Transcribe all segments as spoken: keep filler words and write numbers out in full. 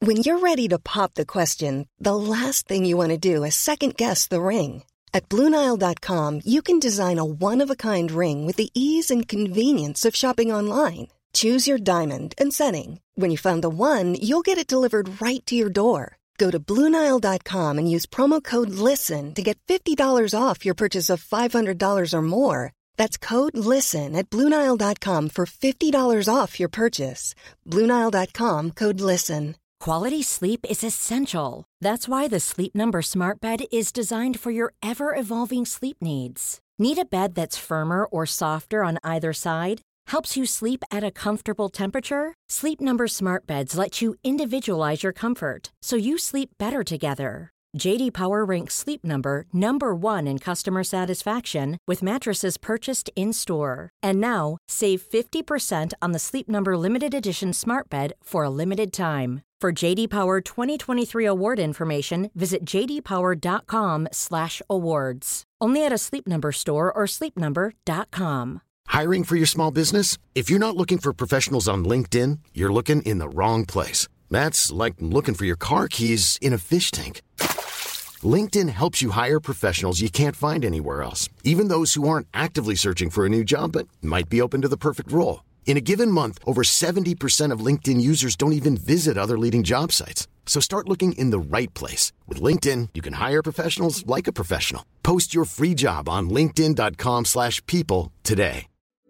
When you're ready to pop the question, the last thing you want to do is second-guess the ring. At Blue Nile dot com, you can design a one-of-a-kind ring with the ease and convenience of shopping online. Choose your diamond and setting. When you find the one, you'll get it delivered right to your door. Go to Blue Nile dot com and use promo code LISTEN to get fifty dollars off your purchase of five hundred dollars or more. That's code LISTEN at Blue Nile dot com for fifty dollars off your purchase. Blue Nile dot com, code LISTEN. Quality sleep is essential. That's why the Sleep Number Smart Bed is designed for your ever-evolving sleep needs. Need a bed that's firmer or softer on either side? Helps you sleep at a comfortable temperature? Sleep Number Smart Beds let you individualize your comfort, so you sleep better together. J D Power ranks Sleep Number number one in customer satisfaction with mattresses purchased in-store. And now, save fifty percent on the Sleep Number Limited Edition Smart Bed for a limited time. For J D Power twenty twenty-three award information, visit j d power dot com slash awards. Only at a Sleep Number store or sleep number dot com. Hiring for your small business? If you're not looking for professionals on LinkedIn, you're looking in the wrong place. That's like looking for your car keys in a fish tank. LinkedIn helps you hire professionals you can't find anywhere else, even those who aren't actively searching for a new job but might be open to the perfect role. In a given month, over seventy percent of LinkedIn users don't even visit other leading job sites. So start looking in the right place. With LinkedIn, you can hire professionals like a professional. Post your free job on linkedin dot com slash people today.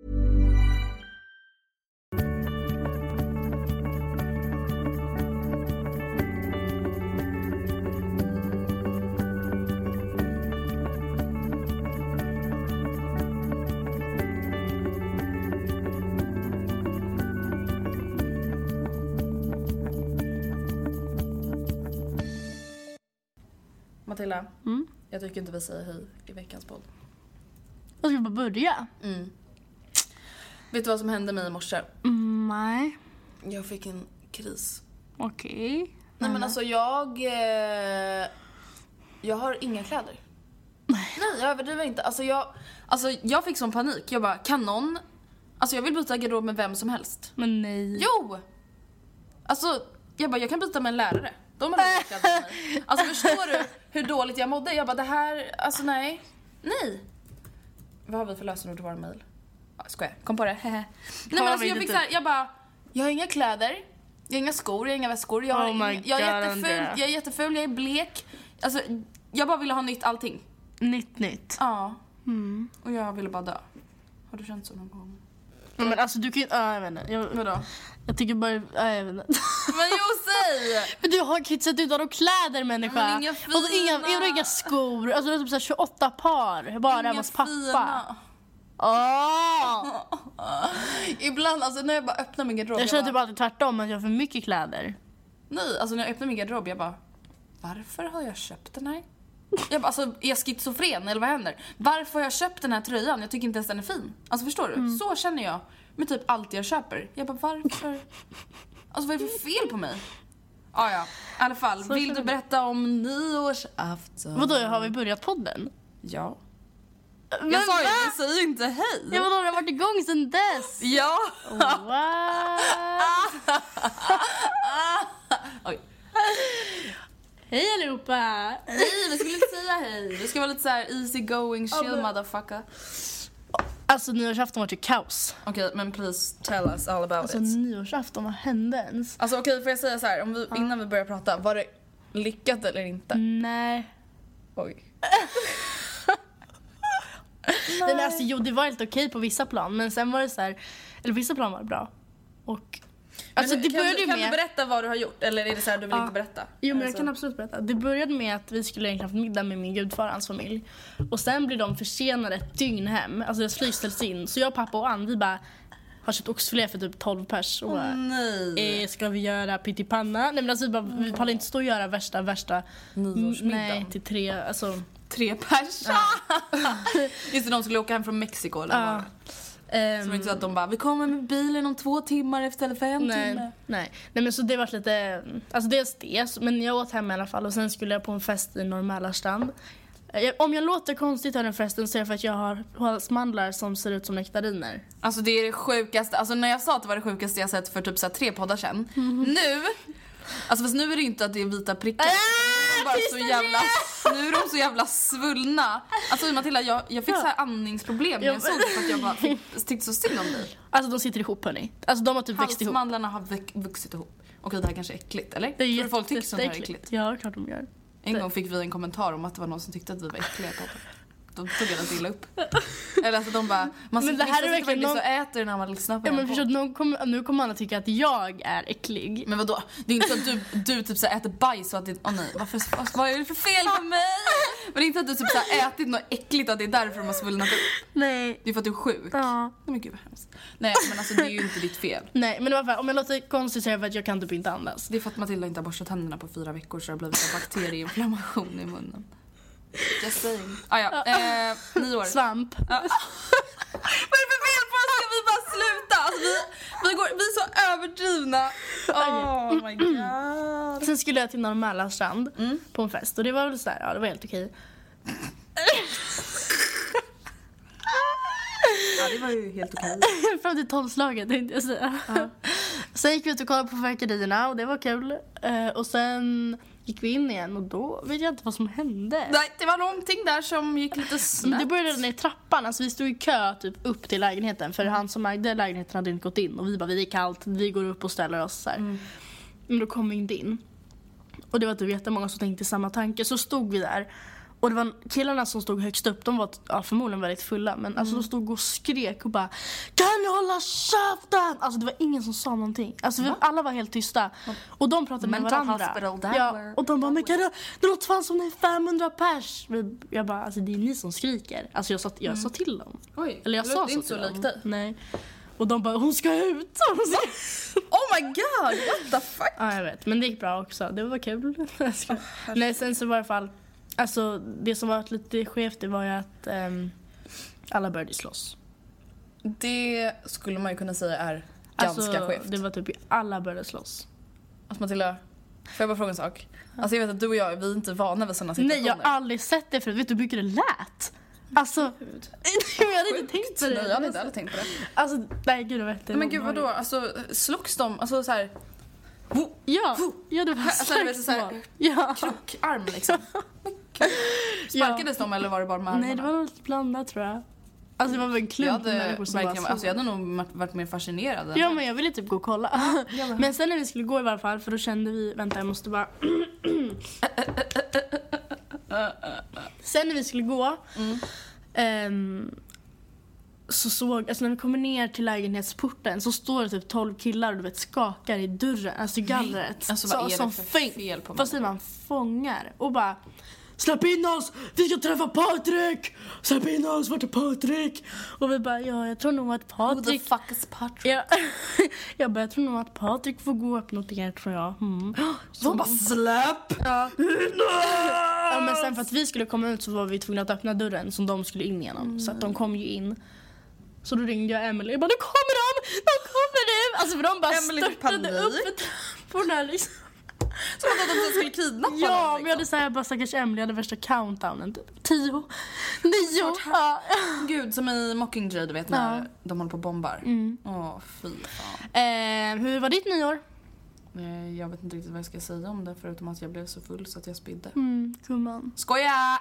Matilda, mm? jag tycker inte vi säger hej i veckans podd. Jag ska bara börja. Mm. Vet du vad som hände mig i morse? Mm, nej. Jag fick en kris. Okej. Okay. Nej men alltså jag... Eh, jag har inga kläder. Nej. Nej, jag överdriver inte. Alltså jag, alltså jag fick sån panik. Jag bara, kan någon... Alltså jag vill byta garderob med vem som helst. Men nej. Jo! Alltså, jag bara, jag kan byta med en lärare. De har räknat med mig. Alltså förstår du hur dåligt jag mådde? Jag bara, det här, alltså nej. Nej. Vad har vi för lösenord till vår mejl? Ja, skojar, kom på det. Nej men alltså jag fick så här, jag bara, jag har inga kläder. Jag har inga skor, jag har inga väskor. Jag, har oh inga, jag är jätteful, jag är jätteful, jag är blek. Alltså, jag bara ville ha nytt allting. Nytt, nytt. Ja. Mm. Och jag ville bara dö. Har du känt så någon gång? Ja, men alltså du kan ju, ja, jag vet inte. Jag, Vadå? Jag tycker bara, ja, jag vet inte. Men jo, säg! Men du har ju inte sett ut av kläder, människa. Men inga fina. Och inga, inga, inga skor. Alltså det är typ så här tjugoåtta par. Bara hemma hos pappa. Åh! Ibland, alltså när jag bara öppnar min garderob. Jag känner jag typ bara, alltid tvärtom, att jag har för mycket kläder. Nej, alltså när jag öppnar min garderob, jag bara, varför har jag köpt den här? Jag bara, alltså är jag schizofren eller vad händer? Varför har jag köpt den här tröjan? Jag tycker inte ens den är fin. Alltså förstår du? Mm. Så känner jag med typ allt jag köper. Jag bara, varför? Alltså vad är det för fel på mig? Ah, ja, i alla fall. Så vill du berätta om nyårsafton? Vadå, har vi börjat podden? Ja. Men jag sa ju, va? jag säger ju inte hej. Ja, vadå, det har varit igång sedan dess. Ja. Oh, what? Oj. Hej allihopa. Nej, vi skulle inte säga hej. Vi ska vara lite så här easy going, chill, oh, motherfucker. Alltså nyårsafton var till kaos. Okej, okay, men please tell us all about alltså, it. Alltså nyårsafton, vad hände ens? Alltså okej, okay, får jag säga så här, om vi, innan vi börjar prata, var det lyckat eller inte? Nej. Oj. Nej, men alltså jo, det var helt okej på vissa plan, men sen var det så här, eller vissa plan var bra. Och alltså men, det kan, började du, kan med... du berätta vad du har gjort? Eller är det så här, du vill ja. inte berätta? Jo, men alltså. jag kan absolut berätta. Det började med att vi skulle egentligen haft middag med min gudfar och hans familj. Och sen blev de försenade ett dygn hem. Alltså deras flyg ställs in. Så jag, pappa och Ann, vi bara har köpt oxfilé för typ tolv pers. Och oh, bara, nej. Eh, ska vi göra pyttipanna? Nej, men alltså vi, bara, vi pallar inte stå och göra värsta, värsta nyårsmiddagen. Nej, till tre, alltså tre pers. Ja. Just det, de skulle åka hem från Mexiko eller ja. vad? Um, så inte så att de bara, vi kommer med bilen om två timmar istället för en nej, timme. Nej, nej, men så det var lite, alltså dels det, men jag åt hem i alla fall. Och sen skulle jag på en fest i Norr Mälarstrand. Om jag låter konstigt här den festen så är det för att jag har halsmandlar som ser ut som nektariner. Alltså det är det sjukaste, alltså när jag sa att det var det sjukaste jag sett för typ så här tre poddar sedan. Mm. Nu Alltså fast nu är det inte att det är vita prickar. De är bara så jävla, nu är de så jävla svullna. Alltså Matilda, jag, jag fick så här andningsproblem när jag såg det för att jag bara fick, tyckte så synd om dig. Alltså de sitter ihop, hörni. Alltså de har typ växt ihop. Halsmandlarna har växt, vuxit ihop. Okej, det här kanske är äckligt, eller? Det är Tror du folk tycker sånt här är äckligt? Ja, klart de gör. En gång fick vi en kommentar om att det var någon som tyckte att vi var äckliga. De tog det illa upp. Eller alltså de bara, man men det här är verkligen någon... någon... så äter när man lyssnar på ja, men på. förstå, någon kommer, nu kommer alla tycka att jag är äcklig. Men vadå? Det är inte så att du, du typ så äter bajs och att det... Åh oh nej, varför, vad är det för fel på mig? Men det är inte att du typ så ätit något äckligt och att det är därför de har svullnat upp. Nej. Det är för att du är sjuk. Ja. Men gud vad hemskt. Nej, men alltså det är ju inte ditt fel. Nej, men i alla fall, om jag låter konstigt säga för att jag kan typ inte andas. Det är för att Matilda inte har borstat tänderna på fyra veckor så det har blivit en bakterieinflammation i munnen. Just saying. Ah, ja. eh, nio år. Svamp. Ja. Vad är det för fel på oss? Ska vi bara sluta? Alltså, vi, vi, går, vi är så överdrivna. Oh my god. Sen skulle jag till Norr strand mm. på en fest. Och det var väl sådär, ja det var helt okej. Ja, det var ju helt okej. Fram till tolvslaget tänkte jag säga. Ja. Sen gick vi ut och kollade på fyrverkerierna och det var kul. Uh, och sen gick vi in igen och då vet jag inte vad som hände. Nej, det var någonting där som gick lite snabbt. Det började ner i trappan, alltså vi stod i kö typ upp till lägenheten. För han som ägde lägenheten hade inte gått in. Och vi bara, vi är kallt, vi går upp och ställer oss så här. Mm. Men då kom vi inte in. Och det var typ jättemånga som tänkte samma tanke. Så stod vi där. Och det var killarna som stod högst upp, de var ja, förmodligen väldigt fulla. Men mm. alltså de stod och skrek och bara, kan ni hålla käften? Alltså det var ingen som sa någonting. Alltså vi, alla var helt tysta. Och de pratade med Mental varandra. Ja, och de bara, men kan det, det låter fan som det är femhundra pers. Jag bara, alltså det är ni som skriker. Alltså jag sa, jag mm. sa till dem. Oj, eller jag sa så inte till så dem. Likt dig. Nej. Och de bara, hon ska ut. Oh my god, what the fuck? Ja, jag vet. Men det gick bra också. Det var kul. Oh, nej, sen så var det i alla fall... Alltså, det som var lite skevt det var ju att um, alla började slåss. Det skulle man ju kunna säga är alltså, ganska skevt. Det var typ alla började slåss. Alltså Matilda, får jag bara fråga en sak? Alltså jag vet att du och jag, vi är inte vana vid sådana situationer. Nej, jag har aldrig sett det förut. Vet du hur mycket det lät? Alltså, jag hade inte tänkt på det. Nej, jag hade inte aldrig tänkt på det. Alltså, nej gud, jag vet det. Men gud, vadå? Alltså, slogs de? Alltså så här... Ja, ja det var alltså, det var så här, ja. Krokarm liksom. Sparkades ja. de eller var det bara med armarna? Nej, det var nog lite blandat tror jag. Alltså det var väl en klump med människor som bara alltså, jag hade nog varit mer fascinerad. Ja, men jag ville typ gå och kolla. Ja, men sen när vi skulle gå i alla fall, för då kände vi, vänta jag måste bara... Sen när vi skulle gå mm. um, så såg, alltså när vi kommer ner till lägenhetsporten så står det typ tolv killar och du vet skakar i dörren, alltså gallret. Alltså vad är det som för fäng, fel på mig? vad säger man, fångar och bara släpp in oss, vi ska träffa Patrik. Släpp in oss, vart är Patrik? Och vi bara, ja jag tror nog att Patrik... Who the fuck is Patrik? Ja. Jag bara, jag tror nog att Patrik får gå upp något igen tror jag. Mm. Så hon bara, släpp! Ja. Ja, men sen för att vi skulle komma ut så var vi tvungna att öppna dörren som de skulle in igenom. Mm. Så att de kom ju in. Så då ringde jag Emily och bara, nu kommer de! Nu kommer de! Alltså för de bara Emily störtade upp på den här liksom. Som att de skulle kidnappa ja, dem, liksom. Men jag hade såhär, bara stackars Emily hade värsta countdownen typ. Tio, nio. Ja. Gud, som i Mockingjay, du vet när ja. de håller på och bombar. Åh, mm. oh, fy fan. Eh, hur var ditt nyår? Eh, jag vet inte riktigt vad jag ska säga om det, förutom att jag blev så full så att jag spydde. Mm, kumman. Skoja!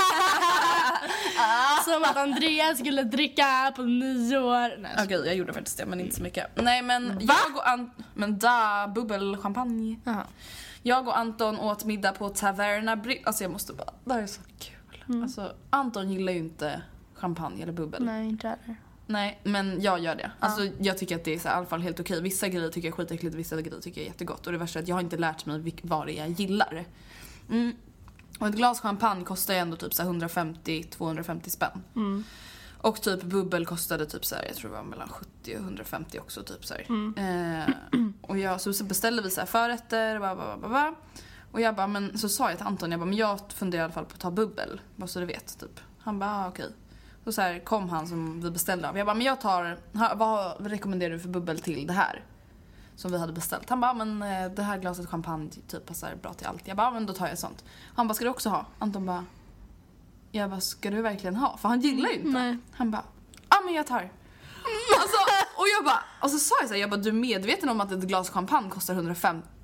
Som att Andreas skulle dricka på nyår. Okej, okay, jag gjorde faktiskt det, men inte så mycket. Nej, men Va? jag och An- Men da, bubbelchampagne. Uh-huh. Jag och Anton åt middag på Taverna Bry- Alltså jag måste bara, det här är så kul. Mm. Alltså, Anton gillar ju inte champagne eller bubbel. Nej, inte heller. Nej, men jag gör det. Alltså uh. jag tycker att det är så här, i alla fall helt okej. Vissa grejer tycker jag är skitäckligt, vissa grejer tycker jag är jättegott. Och det värsta är att jag har inte lärt mig vad det är jag gillar. Mm. Och ett glas champagne kostar ju ändå typ så här hundrafemtio till tvåhundrafemtio spänn. Mm. Och typ bubbel kostade typ så här, jag tror det var mellan sjuttio och hundrafemtio också typ så här. Mm. Eh, och jag så beställde vi så här förrätter och bara, bara, bara, bara. Och jag bara, men så sa jag till Anton, jag bara, men jag funderar i alla fall på att ta bubbel, bara så du vet typ. Han bara, ah, okej. Så så här kom han som vi beställde av. Jag bara, men jag tar, vad rekommenderar du för bubbel till det här? Som vi hade beställt. Han bara, men det här glaset champagne typ passar bra till allt. Jag bara, men då tar jag sånt. Han bara, ska du också ha? Anton bara, jag bara, ska du verkligen ha? För han gillar ju inte. Nej. Han bara, ja ah, men jag tar. Alltså, och jag bara, och så sa jag så här, jag bara, du är medveten om att ett glas champagne kostar hundrafemtio,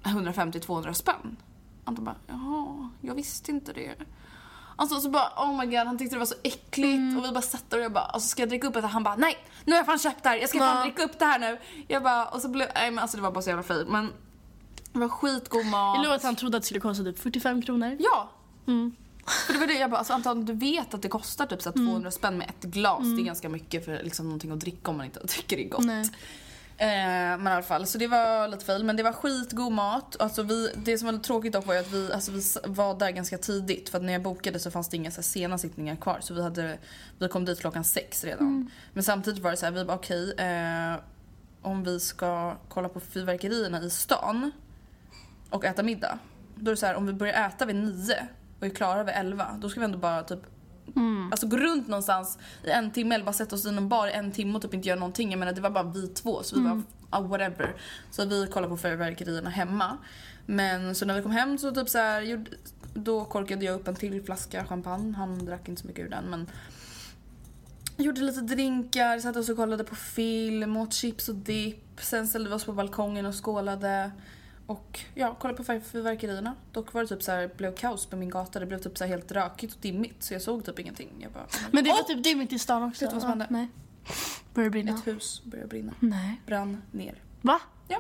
hundrafemtio till tvåhundra spänn. Anton bara, jaha, jag visste inte det. Alltså så bara, oh my god, han tyckte det var så äckligt. Mm. Och vi bara satt där och jag bara, alltså ska jag dricka upp det? Han bara, nej, nu har jag fan köpt det här. Jag ska fan dricka upp det här nu. Jag bara, och så blev, nej men alltså det var bara så jävla fint. Men det var skitgod mat. Jag lovar att han trodde att det skulle kosta typ fyrtiofem kronor. Ja. Mm. För det var det, jag bara, alltså Anton, du vet att det kostar typ så tvåhundra mm. spänn med ett glas. Mm. Det är ganska mycket för liksom någonting att dricka om man inte tycker det är gott. Nej. Eh, men i alla fall, så det var lite fel. Men det var skitgod mat. Alltså vi, det som var lite tråkigt dock var ju att vi, alltså vi var där ganska tidigt. För att när jag bokade så fanns det inga så här sena sittningar kvar. Så vi, hade, vi kom dit klockan sex redan. Mm. Men samtidigt var det så här, vi bara okej okay, eh, om vi ska kolla på fyrverkerierna i stan och äta middag. Då är det så här, om vi börjar äta vid nio och är klara vid elva, då ska vi ändå bara typ Mm. alltså gå runt någonstans i en timme eller bara sätta oss i någon bar i en timme och typ inte göra någonting. Jag menar det var bara vi två så vi mm. var ah, whatever. Så vi kollade på fyrverkerierna hemma. Men så när vi kom hem så typ så här, då korkade jag upp en till flaska champagne. Han drack inte så mycket ur den, men gjorde lite drinkar, satt oss och kollade på film, åt chips och dipp. Sen ställde vi oss på balkongen och skålade. Och ja, kolla på fyrverkerierna. Dock var det typ så här, blev kaos på min gata. Det blev typ så här helt rökigt och dimmigt. Så jag såg typ ingenting. Jag bara, men det var typ dimmigt i stan också. Vet du vad som hände? Nej. Började brinna. Ett hus började brinna. Nej. Brann ner. Va? Ja.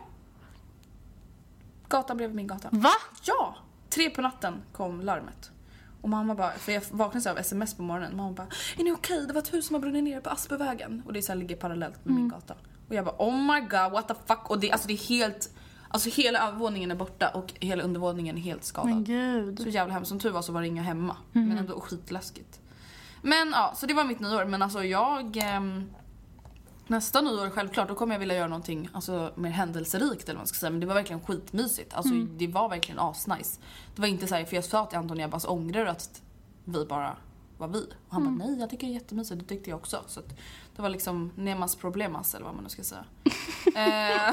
Gatan blev min gata. Va? Ja. Tre på natten kom larmet. Och mamma bara, för jag vaknade av sms på morgonen. Mamma bara, är ni okej? Det var ett hus som har brunnit ner på Aspervägen. Och det så här ligger parallellt med mm. min gata. Och jag bara, oh my god, what the fuck. Och det, alltså det är helt... Alltså hela övervåningen är borta och hela undervåningen är helt skadad. Men gud. Så jävla hemskt. Som tur var så var det inga hemma. Mm. Men ändå skitläskigt. Men ja, så det var mitt nyår. Men alltså jag... Eh, nästa nyår självklart, då kommer jag vilja göra någonting alltså, mer händelserikt eller vad man ska säga. Men det var verkligen skitmysigt. Alltså mm. det var verkligen asnice. Det var inte så här, för jag sa till Anton, jag bara så ångrar att vi bara var vi. Och han mm. bara, nej jag tycker det är jättemysigt. Det tyckte jag också. Så att det var liksom nemas problemas eller vad man nu ska säga. eh,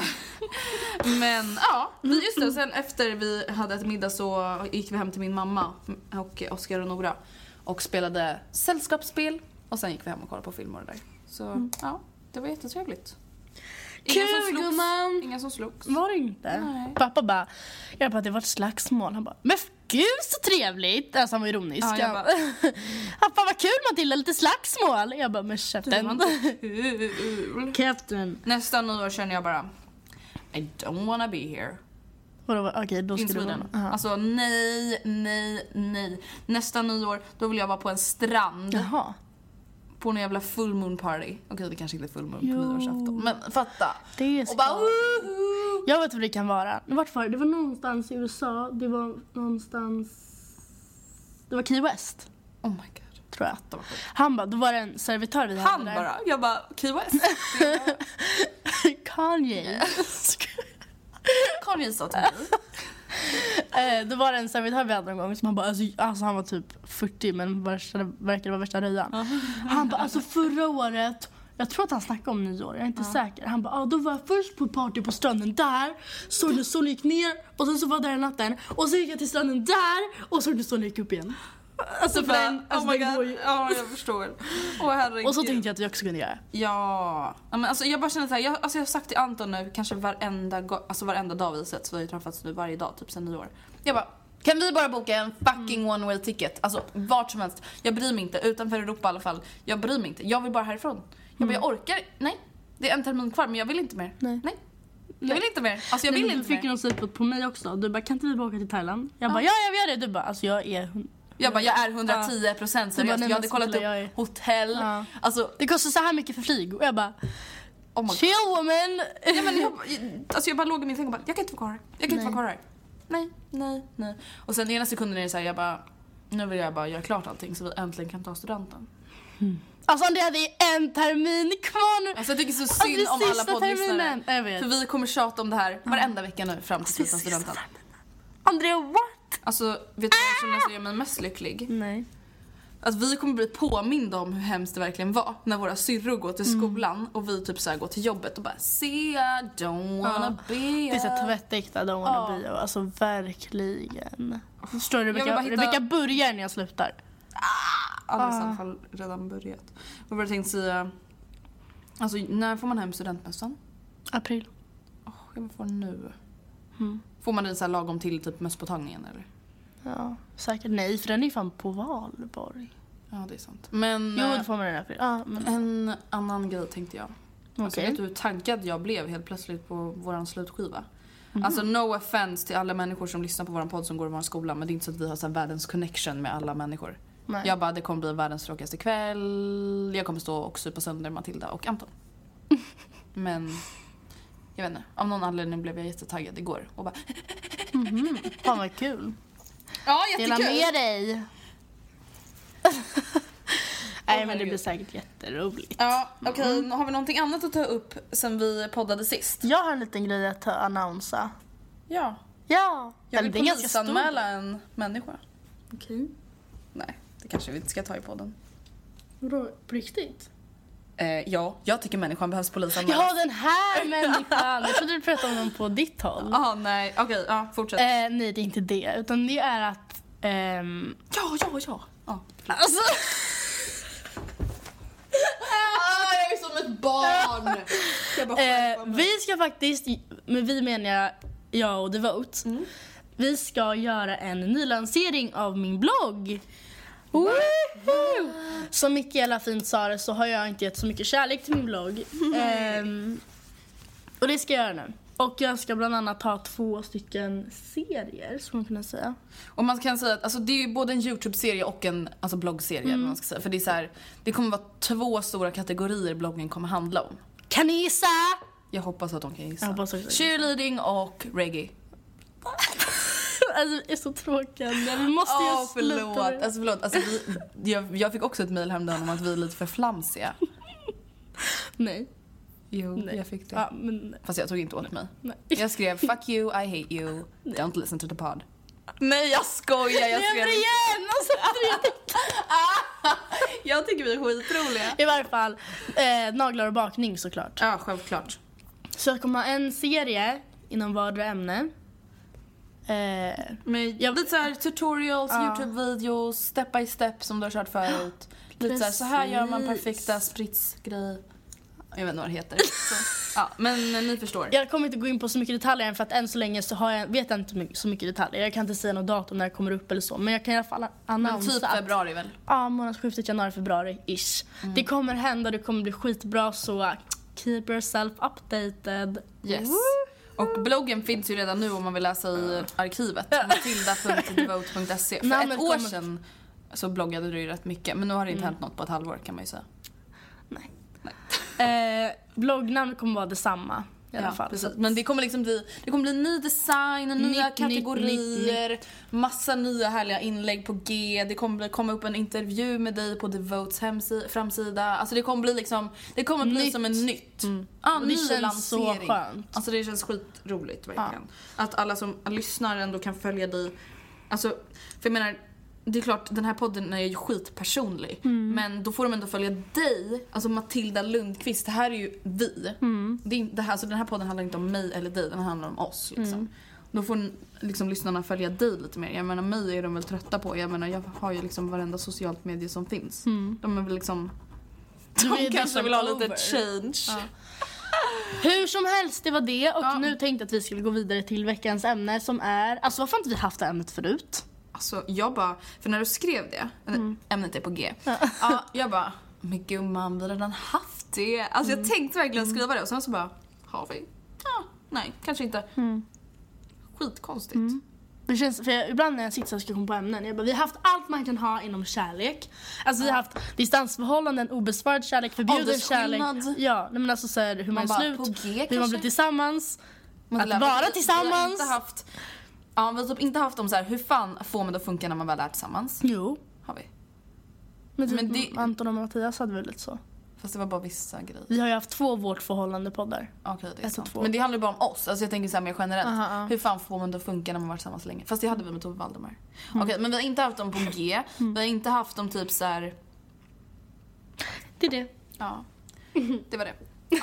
men ja, just det. Sen efter vi hade ett middag så gick vi hem till min mamma och Oskar och Nora och spelade sällskapsspel. Och sen gick vi hem och kollade på filmer där. Så mm. ja, det var jättetrevligt. Ingen Kul, som slogs. Gumman. Ingen som slogs. Var det inte? Nej. Pappa bara, jag bara, det var ett slagsmål. Han bara, men gud så trevligt. Alltså han var ironisk. Ja, jag bara, pappa, vad kul Matilda, lite slagsmål. Jag bara, men käften. Käften. Nästa nyår känner jag bara, I don't wanna be here. Okej, okay, då ska du vara. Alltså nej, nej, nej. Nästa nyår, då vill jag vara på en strand. Jaha. På en jävla full moon party. Okej, okay, det kanske inte är full moon på nyårsafton. Men fatta. Det är och bara, uh-huh. Jag vet vad det kan vara. Vart var det? Det var någonstans i U S A. Det var någonstans... Det var Key West. Oh my god. Tror jag. Han bara, då var det en servitör vi hade Han där. bara, jag bara, Key West. Kanye. Kanye sa till mig. Eh, då var det en servitör vi hade någon gång som han bara, alltså, alltså han var typ fyrtio men värsta, verkade vara värsta röjan. Han bara, alltså förra året, jag tror att han snackade om nyår, jag är inte uh. säker. Han bara, ah, då var jag först på party på stranden där, så när solen gick ner och sen så var det där natten och så gick jag till stranden där och så när solen gick upp igen. Alltså för den, alltså oh my den god, ju... ja jag förstår. Oh, herregud. Och så tänkte jag att jag också kunde göra. Ja, men alltså jag bara känner så här, jag, alltså jag har sagt till Anton nu kanske varenda, alltså varenda dag vi sett, så vi har träffats nu varje dag typ sen nyår. Jag bara, kan vi bara boka en fucking mm. one way ticket? Alltså vart som helst. Jag bryr mig inte, utanför Europa i alla fall. Jag bryr mig inte, jag vill bara härifrån. Jag bara, mm. jag orkar, nej. Det är en termin kvar men jag vill inte mer. Nej. nej. Jag vill inte mer. Alltså jag vill nej, inte du fick mer. någon slipot på mig också. Du bara, kan inte vi bara åka till Thailand? Jag ja. bara, ja jag vill göra det. Du bara, alltså jag är... Jag bara, jag är hundratio procent seriös. Jag hade kollat upp är... hotell. Ja. Alltså, det kostar så här mycket för flyg. Och jag bara, oh chill woman. Ja, men jag, alltså jag bara låg i min säng och bara, jag kan inte vara kvar här. Jag kan nej. inte vara kvar här. Nej, nej, nej. Och sen ena sekunden är det så här, jag bara, nu vill jag bara göra klart allting så vi äntligen kan ta studenten. Mm. Alltså det hade en termin kvar nu. Alltså jag tycker så synd alltså, om alla poddlyssnare. Terminen. För vi kommer tjata om det här varenda vecka nu fram till slutet av studenten. Andrea, what? Alltså, vet du vad som nästan gör mig mest lycklig? Nej. Att vi kommer bli påminda om hur hemskt det verkligen var när våra syrror går till skolan mm. och vi typ så här går till jobbet och bara see I don't wanna ja. be Det är så tvättäkta don't wanna ja. be alltså verkligen. Förstår du Rebecca? Hitta... Rebecca börjar när jag slutar. Ah, Alice ah. i alla fall redan börjat. Vad var det tänkt säga? Alltså när får man hem studentmössan? April. Oh, jag vill få nu. Mm. Får man den så här lagom till typ mösspåtagningen eller? Ja, säkert nej, för den är ju fan på valborg. Ja, det är sant. Men Jo, det får man den här. Ja, men... en annan grej tänkte jag. Alltså, Okej. vet du hur taggad jag blev helt plötsligt på våran slutskiva? Mm. Alltså no offense till alla människor som lyssnar på våran podd som går i vår skola, men det är inte så att vi har så här världens connection med alla människor. Nej. Jag bara, det kommer bli världens tråkigaste kväll. Jag kommer stå och supa sönder Matilda och Anton. Men jag vet inte, av någon anledning blev jag jättetaggad igår och bara Mm-hmm. Fan vad kul. ja, Dela jättekul. med dig. Nej, men det blir säkert jätteroligt. Ja, okej. Okay. Mm. Har vi någonting annat att ta upp sen vi poddade sist? Jag har en liten grej att annonsa. Ja. Ja. Jag vill det är en ganska stor. polisanmäla en människa. Okej. Nej, det kanske vi inte ska ta i podden. Vadå, på riktigt? Eh, ja, jag tycker människan behövs polisanmälas. Ja, den här människan. Jag trodde du pratade om någon på ditt håll. Jaha, nej. Okej, okay, ja, fortsätt. Eh, nej, det är inte det. Utan det är att... Ehm... Ja, ja, ja. ja Alltså... ah, jag är som ett barn. Jag bara eh, vi ska faktiskt... Men vi menar jag, jag och Devote. Mm. Vi ska göra en nylansering av min blogg. Wow. Som Mikaela fint sa det, så har jag inte gett så mycket kärlek till min blogg. um, Och det ska jag göra nu. Och jag ska bland annat ha två stycken serier, som man kan säga. Och man kan säga att alltså, det är ju både en YouTube-serie och en alltså, bloggserie. Mm. Man ska säga. För det är så här, det kommer vara två stora kategorier bloggen kommer handla om. Kan ni gissa? Jag hoppas att de kan gissa. Jag hoppas också. Cheerleading och reggae. Alltså, det är så tråkigt. Vi måste ju oh, sluta. förlåt. Alltså, förlåt. Alltså, vi, jag, jag fick också ett mejl häromdagen om att vi är lite för flamsiga. Nej. Jo, Nej. jag fick det. Ja, men... Fast jag tog inte åt mig. Nej. Jag skrev fuck you, I hate you, don't listen to the pod. Nej, jag skojar. Jag skrev... igen! Alltså, jag tycker vi är skitroliga. I varje fall, eh, naglar och bakning såklart. Ja, självklart. Så jag kommer ha en serie inom vardera ämne. Eh, Men jag lite så här tutorials, ja. YouTube-videos, step by step som du har kört förut. Lite så här, så här gör man perfekta spritsgrej. Jag vet inte vad det heter. Så, ja, men ni förstår. Jag kommer inte gå in på så mycket detaljer än för att än så länge så har jag, vet jag inte så mycket detaljer. Jag kan inte säga något datum när det kommer upp eller så. Men jag kan i alla fall annonsera. Men typ februari väl? Ja, månadsskiftet januari-februari-ish. Mm. Det kommer hända, det kommer bli skitbra, så keep yourself updated. Yes. Och bloggen finns ju redan nu om man vill läsa i arkivet. matilda punkt devote punkt se. För Nej, ett år kommer... sedan så bloggade du ju rätt mycket. Men nu har det inte mm. hänt något på ett halvår kan man ju säga. Nej. Nej. eh, bloggnamnet kommer vara detsamma i alla ja, fall. Precis. Men det kommer liksom bli, det kommer bli ny design, nya nytt, kategorier, nytt, nytt. massa nya härliga inlägg på G. Det kommer bli, komma upp en intervju med dig på Devotes hemsida, framsida. Alltså det kommer bli liksom, det kommer bli nytt. som en nytt. Mm. Ah, det ny känns lansering. så skönt. Alltså det känns skitroligt verkligen. Ja. Att alla som lyssnar ändå kan följa dig. Alltså, för jag menar, det är klart, den här podden är ju skitpersonlig. Mm. Men då får de ändå följa dig, alltså Matilda Lundqvist. Det här är ju vi. Mm. Det är, det här, alltså den här podden handlar inte om mig eller dig, den handlar om oss. Liksom. Mm. Då får liksom, lyssnarna följa dig lite mer. Jag menar, mig är de väl trötta på. Jag menar, jag har ju liksom varenda socialt medie som finns. Mm. De är väl liksom... De kanske vill ha lite over. change. Ja. Hur som helst, det var det. Och ja. nu tänkte jag att vi skulle gå vidare till veckans ämne som är... Alltså varför har inte vi haft det ämnet förut? Alltså jag bara, för när du skrev det, mm. ämnet är på G. Ja, ja jag bara, men gumman, vi har redan haft det. Alltså mm. jag tänkte verkligen skriva det och sen så bara, har vi? Ja, nej, kanske inte. Mm. Skitkonstigt. Mm. Det känns, för jag, ibland när jag sitter och ska komma på ämnen, jag bara, vi har haft allt man kan ha inom kärlek. Alltså vi har haft distansförhållanden, obesvarad kärlek, förbjuden kärlek. Ja, men alltså så här, hur man, man är slut, G, hur kanske? Man blir tillsammans, man att vara tillsammans. Vi har inte haft, ja, vi har typ inte haft om så här, hur fan får man det att funka när man väl är tillsammans? Jo. Har vi. Men, typ, men det... Anton och Mattias hade väl lite så. Fast det var bara vissa grejer. Vi har ju haft två vårt förhållande poddar. Okej, det är sant. Men det handlar ju bara om oss. Alltså jag tänker så här mer generellt. Aha, aha. Hur fan får man det att funka när man varit tillsammans länge? Fast det hade vi med Tove Valdemar. Mm. Okej, men vi har inte haft dem på G. Mm. Vi har inte haft dem typ så här. Det är det. Ja. Det var det. Ja.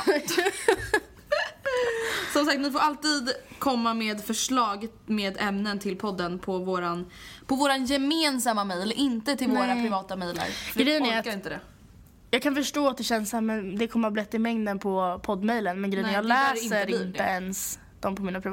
Som sagt, ni får alltid komma med förslag med ämnen till podden på våran, på våran gemensamma mejl, inte till Nej. våra privata mejlar. För vi orkar att... inte det. Jag kan förstå att det känns så här, men det kommer att bli i mängden på poddmailen. Men grejen är jag läser inte, inte ens de på mina privat.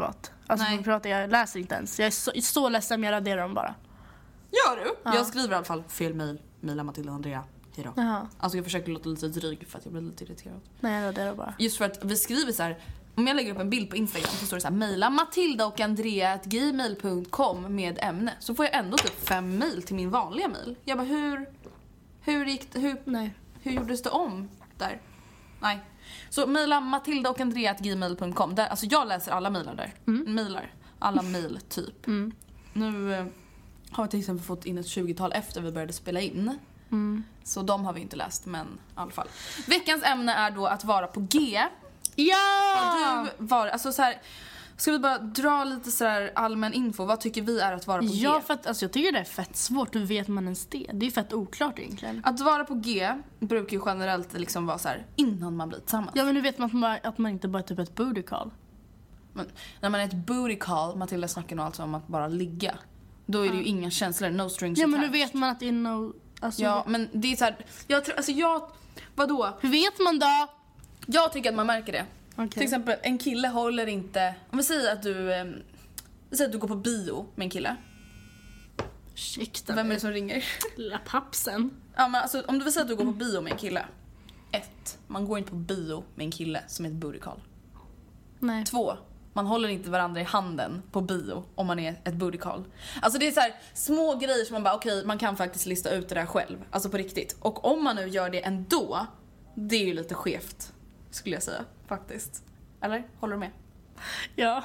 Alltså Nej. på prata, jag läser inte ens. Jag är så, så ledsen, jag raderar dem bara. Gör du? Ja. Jag skriver i alla fall fel mail. Maila Matilda och Andrea. Hejdå. Jaha. Alltså jag försöker låta lite dryg för att jag blir lite irriterad. Nej, jag raderar bara. Just för att vi skriver så här. Om jag lägger upp en bild på Instagram så står det så här: maila Matilda och Andrea at gmail punkt com med ämne. Så får jag ändå typ fem mail till min vanliga mail. Jag bara, hur hur gick det, hur, Nej. hur gjordes det om där? Nej. Så maila Matilda och Andrea at gmail punkt com. Där, alltså jag läser alla mailar där. Mm. Mailar. Alla mail typ. Mm. Nu eh, har vi till exempel fått in ett tjugotal efter vi började spela in. Mm. Så de har vi inte läst, men i alla fall. Veckans ämne är då att vara på G. Ja! Har du var, alltså så här, ska vi bara dra lite så här allmän info? Vad tycker vi är att vara på Ja, G? för att alltså, jag tycker det är fett svårt. Hur vet man ens det? Det är fett oklart egentligen. Att vara på G brukar ju generellt liksom vara så här innan man blir tillsammans. Ja, men hur vet man att man, bara, att man inte bara är typ ett booty call? Men när man är ett booty call, Matilda snackar nog alltså om att bara ligga. Då är det ju inga känslor, no strings Ja, men hur attached. vet man att det är no... Alltså, Ja, men det är så här, jag tror, alltså jag, vadå? hur vet man då? Jag tycker att man märker det. Okej. Till exempel, en kille håller inte, om vi säger att du, eh, vi säger att du går på bio med en kille. Ursäkta. Vem är det som ringer? Lilla pappsen. Ja, men alltså, om du vill säga att du går på bio med en kille. Ett, man går inte på bio med en kille som är ett booty call. Nej. Två, man håller inte varandra i handen på bio om man är ett booty call. Alltså det är så här små grejer som man bara okej, okay, man kan faktiskt lista ut det där själv. Alltså på riktigt. Och om man nu gör det ändå, det är ju lite skevt skulle jag säga faktiskt. Eller? Håller du med? Ja.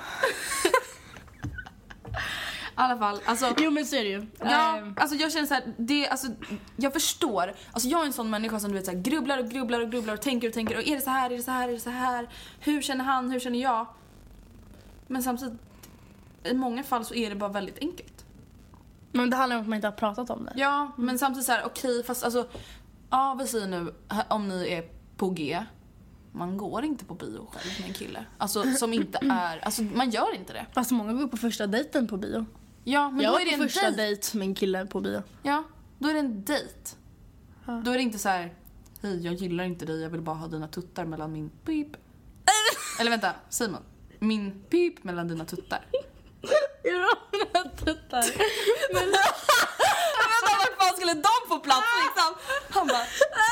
I alla fall, alltså Jo, men så är det ju. ja, Ehm, alltså jag känner så här, det, alltså, jag förstår. Alltså jag är en sån människa som du vet så här, grubblar och grubblar och grubblar och tänker och tänker. Och är det så här, är det så här, är det så här? Hur känner han, hur känner jag? Men samtidigt, i många fall så är det bara väldigt enkelt. Men det handlar om att man inte har pratat om det. Ja, men samtidigt så här, okej, fast alltså, ja, vi säger nu, om ni är på G, man går inte på bio själv med en kille. Alltså som inte är, alltså man gör inte det. Fast många går på första dejten på bio. Ja, men jag då var är det på en första dejt. dejt med en kille på bio. Ja, då är det en dejt. Ja. Då är det inte så här: hej, jag gillar inte dig, jag vill bara ha dina tuttar mellan min pip. Eller vänta, Simon. Min pip mellan dina tuttar. Ja, tuttar. Men vänta, vart fan skulle de få plats liksom? Han bara...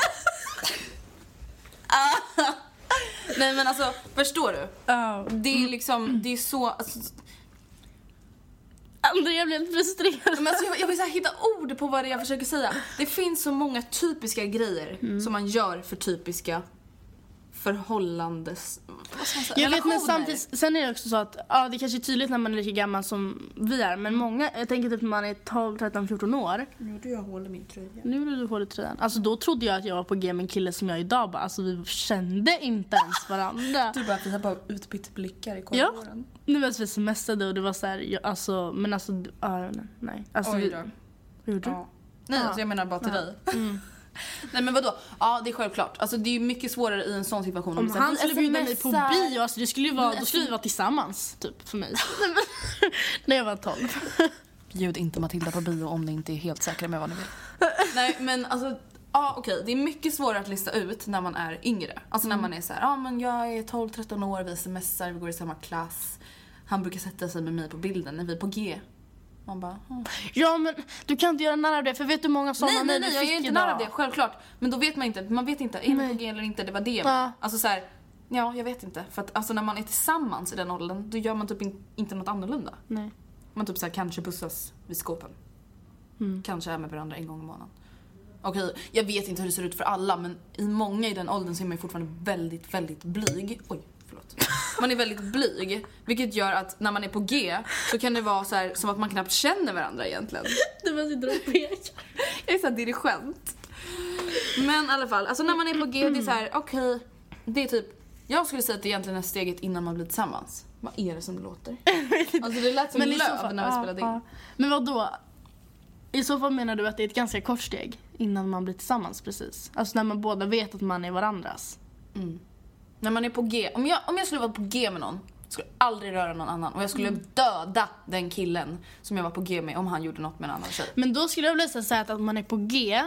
Nej men alltså, förstår du? Ja. Det är liksom, det är så... Alltså, Andrea blev helt frustrerad. men alltså, jag, jag vill så här hitta ord på vad det är jag försöker säga. Det finns så många typiska grejer Mm. som man gör för typiska förhållandes... Vad ska man säga? Jag vet, men Relationer. samtidigt, sen är det också så att ja, det kanske är tydligt när man är lika gammal som vi är. Men många, jag tänker typ när man är tolv, tretton, fjorton år. Nu gjorde jag hål i min tröja. Nu är du hål i tröjan. Alltså då trodde jag att jag var på G med en kille som jag idag bara, alltså vi kände inte ens varandra. Du bara, vi har bara utbytt blickar i Ja, korridoren. nu var vi semestrade och det var så här, jag, alltså, men alltså, ja, nej. Alltså, Oj vi, då. vad gjorde du? Ja. Nej, Ja. alltså jag menar bara till Ja. dig. Mm. Nej men vadå? Ja, det är självklart. Alltså det är ju mycket svårare i en sån situation. Om så här, han vi skulle bjuda mig på smsar. bio, alltså det skulle ju vara, Vi då skulle vi vara tillsammans typ för mig. När jag var tolv. Bjud inte Matilda på bio om ni inte är helt säkra med vad ni vill. Nej men alltså, ja okej. Det är mycket svårare att lista ut när man är yngre. Alltså när man är så här, ja men jag är tolv tretton år, vi smsar, vi går i samma klass. Han brukar sätta sig med mig på bilden när vi är på G. Man bara, hm. Ja, men du kan inte göra narr av det, för vet du hur många sådana Nej, nej, nej, vi jag fick är inte idag? nära av det, självklart. Men då vet man inte, man vet inte, är det Nej. på G eller inte, det var det. Ja. Alltså så här, ja, jag vet inte. För att alltså när man är tillsammans i den åldern, då gör man typ in, inte något annorlunda. Nej. Man typ så här, kanske bussas vid skåpen. Mm. Kanske är med varandra en gång i månaden. Okej, jag vet inte hur det ser ut för alla, men i många i den åldern så är man ju fortfarande väldigt, väldigt blyg. Oj, förlåt. Man är väldigt blyg, vilket gör att när man är på G så kan det vara så här, som att man knappt känner varandra egentligen. Du bara sitter och pekar. Jag är så här dirigent. Men i alla fall, alltså när man är på G, det är så här, okej, det är typ, jag skulle säga att det egentligen är steget innan man blir tillsammans. Vad är det som låter? Alltså det lät som Men i så löv fall- när vi ja, spelade in. ja. Men vad då? I så fall menar du att det är ett ganska kort steg innan man blir tillsammans precis? Alltså när man båda vet att man är varandras. Mm. När man är på G, om jag, om jag skulle vara på G med någon, skulle jag aldrig röra någon annan. Och jag skulle Mm. döda den killen som jag var på G med om han gjorde något med en annan tjej. Men då skulle jag vilja säga att att man är på G,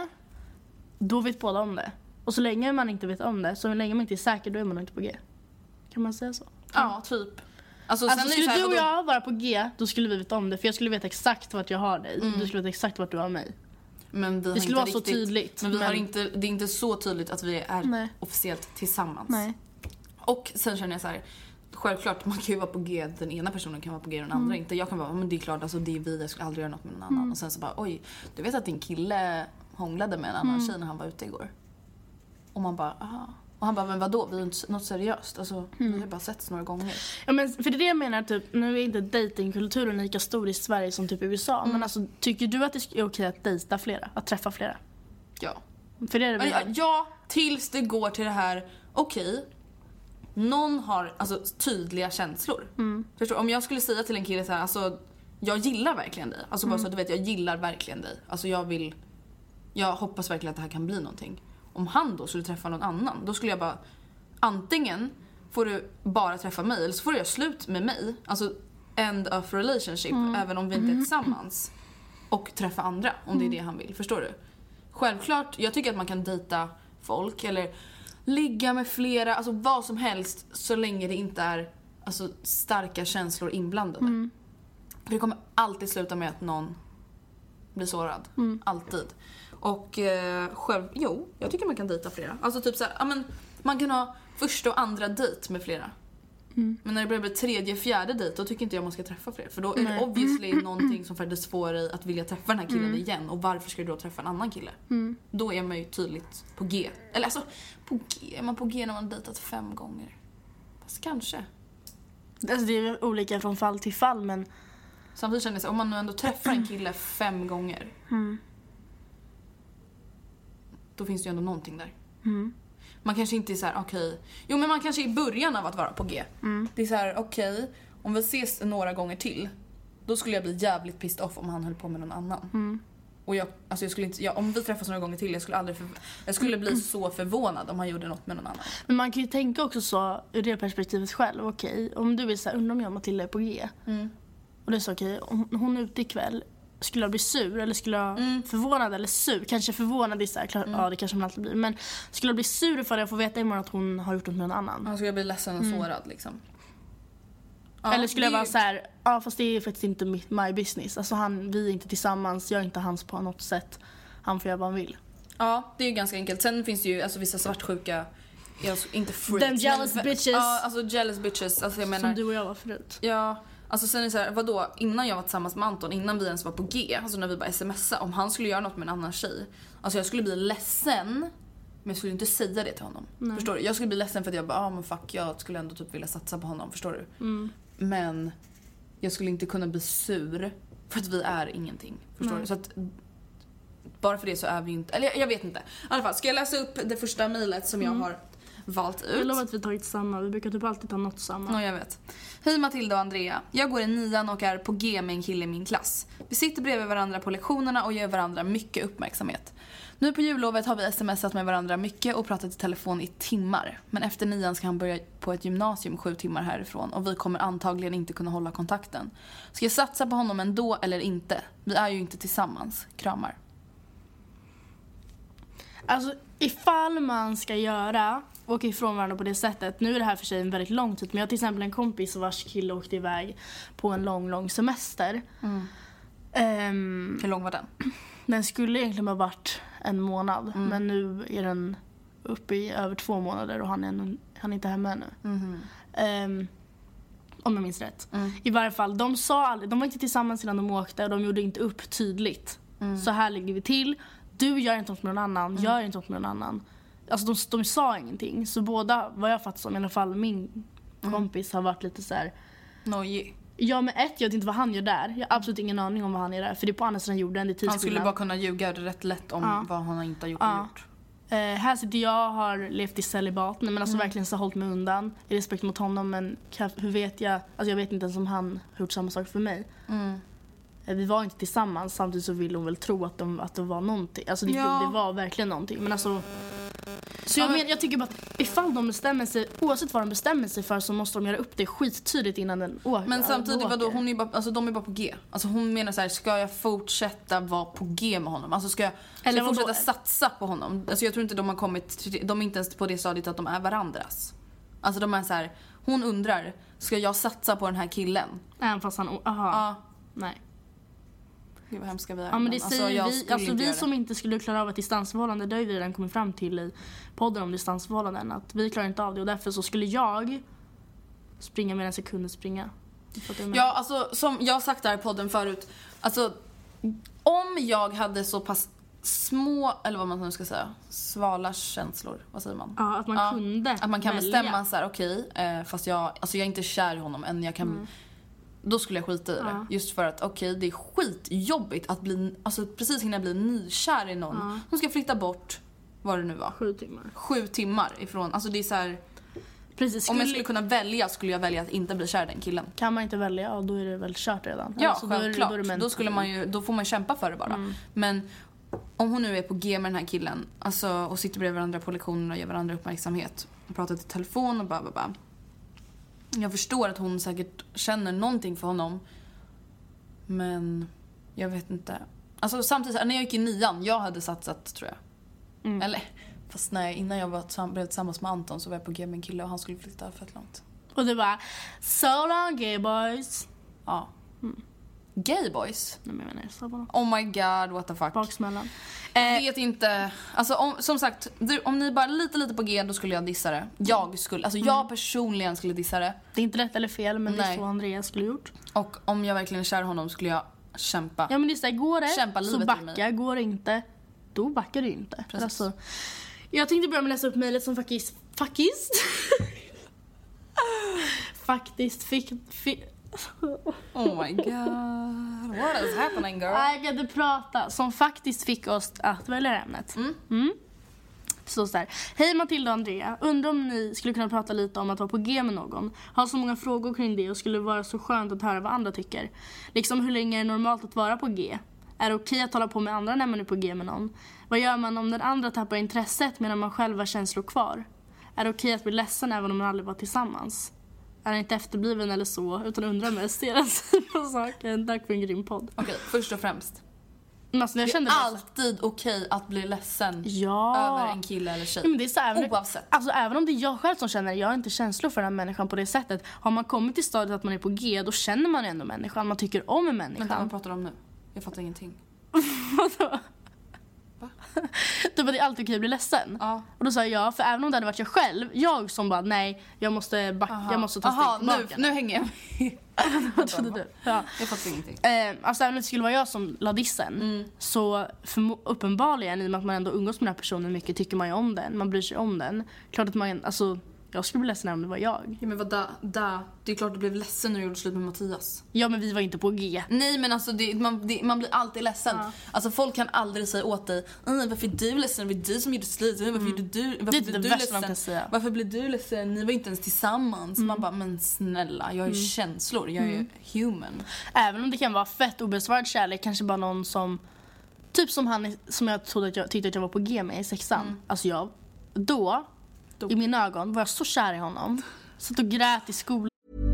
då vet båda om det. Och så länge man inte vet om det, så länge man inte är säker, då är man inte på G. Kan man säga så? Ja, typ. Alltså, Alltså sen är det skulle så här, du och vadå- jag vara på G, då skulle vi veta om det. För jag skulle veta exakt vart jag har dig. Du skulle veta exakt vart du har mig. Men vi har Det skulle inte vara så riktigt, tydligt, Men vi men- har inte, det är inte så tydligt att vi är Nej. officiellt tillsammans. Nej. Och sen känner jag så här, självklart man kan ju vara på G, den ena personen kan vara på G och den andra Mm. inte. Jag kan vara, men det är klart, alltså det är vi, jag skulle aldrig göra något med någon annan. Och sen så bara, oj, du vet att din kille hånglade med en annan Mm. tjej när han var ute igår. Och man bara, aha. Och han bara, men vadå, vi är inte något seriöst. Alltså, Mm. vi har bara setts några gånger. Ja, men för det är det jag menar, typ, nu är inte datingkulturen lika stor i Sverige som typ i U S A. Mm. Men alltså, tycker du att det är okej att dejta flera? Att träffa flera? Ja. För det är det Men vi ja, har. ja, tills det går till det här, okej, någon har alltså tydliga känslor. Mm. Förstår du? Om jag skulle säga till en kille så här, alltså jag gillar verkligen dig. Alltså bara Mm. så att du vet, jag gillar verkligen dig. Alltså jag vill, jag hoppas verkligen att det här kan bli någonting. Om han då skulle träffa någon annan, då skulle jag bara, antingen får du bara träffa mig eller så får du göra slut med mig. Alltså end of relationship, Mm. även om vi inte är tillsammans. Och träffa andra, om det är det han vill. Förstår du? Självklart, jag tycker att man kan dejta folk eller ligga med flera, alltså vad som helst så länge det inte är alltså, starka känslor inblandade. Mm. För det kommer alltid sluta med att någon blir sårad. Mm. Alltid. Och eh, själv, jo, jag tycker man kan dejta flera. Alltså typ såhär, ja men man kan ha första och andra dejt med flera. Mm. Men när det börjar bli tredje, fjärde dejt, då tycker inte jag man ska träffa fler. För då är det Nej. obviously någonting som faktiskt får dig att vilja träffa den här killen igen. Och varför ska du då träffa en annan kille? Mm. Då är man ju tydligt på G. Eller alltså, på G, är man på G när man har dejtat fem gånger? Fast kanske. Alltså, det är olika från fall till fall, men Samtidigt känner jag så, om man nu ändå träffar en kille fem gånger, mm. då finns det ju ändå någonting där. Mm. Man kanske inte är så här, okej. Jo, men man kanske är i början av att vara på G. Mm. Det är så här, okej, om vi ses några gånger till, då skulle jag bli jävligt pissed off om han höll på med någon annan. Mm. Och jag, alltså jag skulle inte, jag, om vi träffas några gånger till, jag skulle aldrig för, jag skulle bli så förvånad om han gjorde något med någon annan. Men man kan ju tänka också så ur det perspektivet själv. Okej, om du är så här, undrar om jag och Matilda är på G. Mm. Och det är så okej, om hon är ute ikväll, skulle jag bli sur eller skulle jag Mm. förvånad eller sur? Kanske förvånad är så här, klart, ja det kanske man alltid blir. Men skulle jag bli sur för att jag får veta imorgon att hon har gjort något med någon annan? Han skulle bli ledsen och sårad liksom. Ja, eller skulle jag det är vara ju- så här, ja fast det är faktiskt inte mitt, my business. Alltså han, vi är inte tillsammans, jag är inte hans på något sätt. Han får göra vad han vill. Ja, det är ju ganska enkelt. Sen finns det ju alltså vissa svartsjuka, alltså, inte freaks. Them jealous men- bitches. Ja, alltså jealous bitches. Alltså jag menar, Som du och jag var förut. ja, alltså sen är det så här, vadå, innan jag var tillsammans med Anton, innan vi ens var på G, alltså när vi bara smsade, om han skulle göra något med en annan tjej, alltså jag skulle bli ledsen, men jag skulle inte säga det till honom. Förstår du? Jag skulle bli ledsen för att jag bara, ah, men fuck, jag skulle ändå typ vilja satsa på honom, förstår du? Mm. Men jag skulle inte kunna bli sur för att vi är ingenting, förstår Nej. du? Så att bara för det så är vi inte, eller jag, jag vet inte. I alla fall, ska jag läsa upp det första mejlet som jag har valt ut? Jag lovar att vi tagit samma, vi brukar typ alltid ta något samma. Ja, jag vet. Hej Matilda och Andrea. Jag går i nian och är på G med en kille i min klass. Vi sitter bredvid varandra på lektionerna och ger varandra mycket uppmärksamhet. Nu på jullovet har vi smsat med varandra mycket och pratat i telefon i timmar. Men efter nian ska han börja på ett gymnasium sju timmar härifrån och vi kommer antagligen inte kunna hålla kontakten. Ska jag satsa på honom ändå eller inte? Vi är ju inte tillsammans. Kramar. Alltså ifall man ska göra åka ifrån varandra på det sättet. Nu är det här för sig en väldigt lång tid, men jag har till exempel en kompis vars kille åkte iväg på en lång, lång semester. Mm. Ehm, Hur lång var den? den skulle egentligen ha varit en månad, Mm. men nu är den uppe i över två månader och han är, en, han är inte hemma ännu. Mm. Ehm, om jag minns rätt. Mm. I varje fall, de sa aldrig, de var inte tillsammans innan de åkte och de gjorde inte upp tydligt. Mm. Så här ligger vi till. Du gör inte något med någon annan, Mm. gör inte något med någon annan. Alltså de, de sa ingenting. Så båda, vad jag fattar som, i alla fall min Mm. kompis har varit lite så här. Nojig. Ja, med ett, jag vet inte vad han gör där. Jag har absolut ingen aning om vad han gör där. För det är på andra sidan jorden, det är Han skulle tidsskillnad. bara kunna ljuga rätt lätt om Ja. vad han inte har gjort Ja. och gjort. Eh, här sitter jag, har levt i celibat. Nej, men alltså Mm. verkligen så hållit mig undan i respekt mot honom. Men kan, hur vet jag? Alltså jag vet inte ens om han har gjort samma sak för mig. Mm. Eh, vi var inte tillsammans, samtidigt så vill hon väl tro att, de, att det var någonting. Alltså det, Ja. det var verkligen någonting. Men alltså... Så Ja, jag, men- men, jag tycker bara att ifall de bestämmer sig, oavsett vad de bestämmer sig för, så måste de göra upp det skittydligt innan den åker. Men samtidigt, åker. vadå, hon är bara, alltså, de är bara på G. Alltså hon menar så här, ska jag fortsätta vara på G med honom? Alltså ska jag, ska Eller jag fortsätta vadå? satsa på honom? Alltså jag tror inte de har kommit, till- de är inte ens på det stadiet att de är varandras. Alltså de är så här, Hon undrar, ska jag satsa på den här killen? Även fast han... Aha. Ja. Nej. Gud vad hemska vi är. Ja, men det alltså, säger jag vi, skulle alltså inte vi göra som det. inte skulle klara av ett distansförhållande, det har ju vi redan kommit fram till i podden om distansförhållanden, att vi klarar inte av det och därför så skulle jag springa medan jag kunde springa. Ja, alltså som jag har sagt där i podden förut, alltså om jag hade så pass små, eller vad man nu ska säga, svala känslor, vad säger man? Ja, att man ja, kunde att man kan välja. bestämma så här, okej, okay, fast jag, alltså jag är inte kär i honom än, jag kan mm. då skulle jag skita i det. Ja. Just för att okej, okay, det är skitjobbigt att bli, alltså precis hinna bli nykär i någon Ja. som ska flytta bort, vad det nu var. Sju timmar. Sju timmar ifrån, alltså det är så här. Precis, skulle... Om jag skulle kunna välja skulle jag välja att inte bli kär i den killen. Kan man inte välja, ja, då är det väl kört redan. Ja, alltså, självklart. Då, är det, då, är det då, skulle man ju, då får man kämpa för det bara. Mm. Men om hon nu är på G med den här killen, alltså, och sitter bredvid varandra på lektionerna och ger varandra uppmärksamhet och pratar i telefon och bara, bara, bara. Jag förstår att hon säkert känner någonting för honom. Men jag vet inte. Alltså samtidigt, när jag gick i nian, jag hade satsat, tror jag. Mm. Eller, fast nej, innan jag var blev tillsammans med Anton så var jag på G med en kille och han skulle flytta fett långt. Och det var so long gay boys. Ja. Mm. Gay boys? Nej, men jag menar så bara. Oh my god, what the fuck. Baksmällan. Jag vet inte. Alltså om, som sagt, du, om ni bara lite lite på G, då skulle jag dissa det. Jag skulle, alltså jag mm. personligen skulle dissa det. Det är inte rätt eller fel, men Nej. det är så Andreas skulle gjort. Och om jag verkligen är kär i honom skulle jag kämpa. Ja, men det är så här, går det Kämpa så livet ur mig. backa, går det inte, då backar du inte. Precis. Alltså, jag tänkte börja med att läsa upp mejlet som faktiskt faktiskt faktiskt fick, fick Oh my god. What is happening, girl? Jag kan inte prata. Som faktiskt fick oss att välja ämnet. Mm. Mm. Så så här. Hej Matilda och Andrea. Undrar om ni skulle kunna prata lite om att vara på G med någon. Har så många frågor kring det och skulle vara så skönt att höra vad andra tycker. Liksom hur länge är det normalt att vara på G? Är det okej att hålla på med andra när man är på G med någon? Vad gör man om den andra tappar intresset medan man själv har känslor kvar? Är det okej att bli ledsen även om man aldrig var tillsammans? Är han inte efterbliven eller så, utan undrar mest deras på saken. Tack för en grym podd. Okej, okay, först och främst. Alltså, jag det är kände alltid okej okay att bli ledsen ja. över en kille eller tjej. Ja, men det är så även, oavsett. Alltså även om det är jag själv som känner, jag har inte känslor för den här människan på det sättet. Har man kommit till stadiet att man är på G, då känner man ändå människan. Man tycker om en människa. Vänta, vad pratar du om nu? Jag fattar ingenting. Vadå? Va? Du bara, det är alltid okej att bli ledsen. Ja. Och då sa jag ja, för även om det hade varit jag själv, jag som bara nej, jag måste backa, jag måste ta Aha, steg tillbaka. nu, nu hänger jag med. Vad trodde du? Ja. Jag fattar ingenting. Eh, alltså även om det skulle vara jag som la dissen, mm. så för, uppenbarligen i och med att man ändå umgås med den här personen mycket, tycker man ju om den, man bryr sig om den. Klart att man, alltså jag skulle bli ledsen om det var jag. Ja, men vad da, da. Det är klart du blev ledsen när du gjorde slut med Mattias. Ja, men vi var inte på G. Nej, men alltså det, man, det, man blir alltid ledsen. Ja. Alltså folk kan aldrig säga åt dig, varför är du ledsen? Det var du som gjorde slut. Varför mm. gjorde du, varför det är det du värsta man kan ledsen? säga. Varför blev du ledsen? Ni var inte ens tillsammans. Mm. Man bara, men snälla, jag har ju mm. känslor. Jag är mm. ju human. Även om det kan vara fett obesvarad kärlek, kanske bara någon som typ som han som jag trodde att jag tyckte att jag var på G med i sexan. Mm. Alltså jag då Då. i mina ögon var jag så kär i honom. Satt och grät i skolan.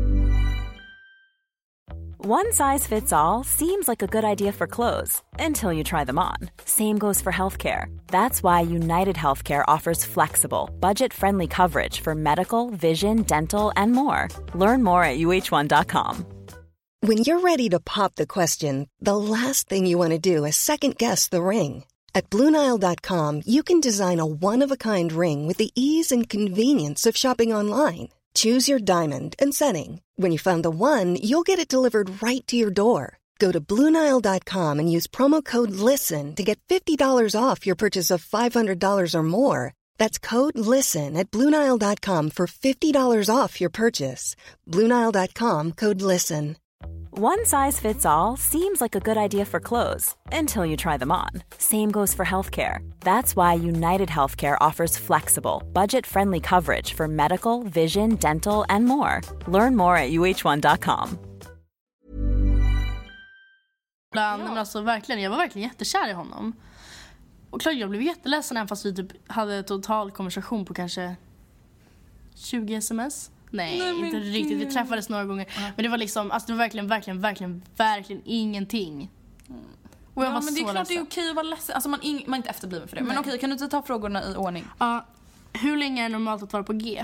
One size fits all seems like a good idea for clothes until you try them on. Same goes for healthcare. That's why United Healthcare offers flexible, budget-friendly coverage for medical, vision, dental, and more. Learn more at U H one dot com. When you're ready to pop the question, the last thing you want to do is second-guess the ring. At Blue Nile dot com, you can design a one-of-a-kind ring with the ease and convenience of shopping online. Choose your diamond and setting. When you find the one, you'll get it delivered right to your door. Go to Blue Nile dot com and use promo code LISTEN to get fifty dollars off your purchase of five hundred dollars or more. That's code LISTEN at Blue Nile dot com for fifty dollars off your purchase. Blue Nile dot com, code LISTEN. One size fits all seems like a good idea for clothes until you try them on. Same goes for healthcare. That's why United Healthcare offers flexible, budget-friendly coverage for medical, vision, dental, and more. Learn more at U H one dot com. Ja. Men alltså verkligen, jag var verkligen jättekär i honom. Och klart jag blev jätteledsen även fast vi typ hade total konversation på kanske tjugo sms. Nej, Nej inte riktigt. Vi träffades några gånger. Mm. Men det var liksom, alltså det var verkligen, verkligen, verkligen, verkligen ingenting. Mm. Och jag ja, var men så det är klart ledsen. Det är okej att vara ledsen. Alltså man, ing, man är inte efterbliven för det. Nej. Men okej, kan du inte ta frågorna i ordning? Ja, hur länge är det normalt att vara på G?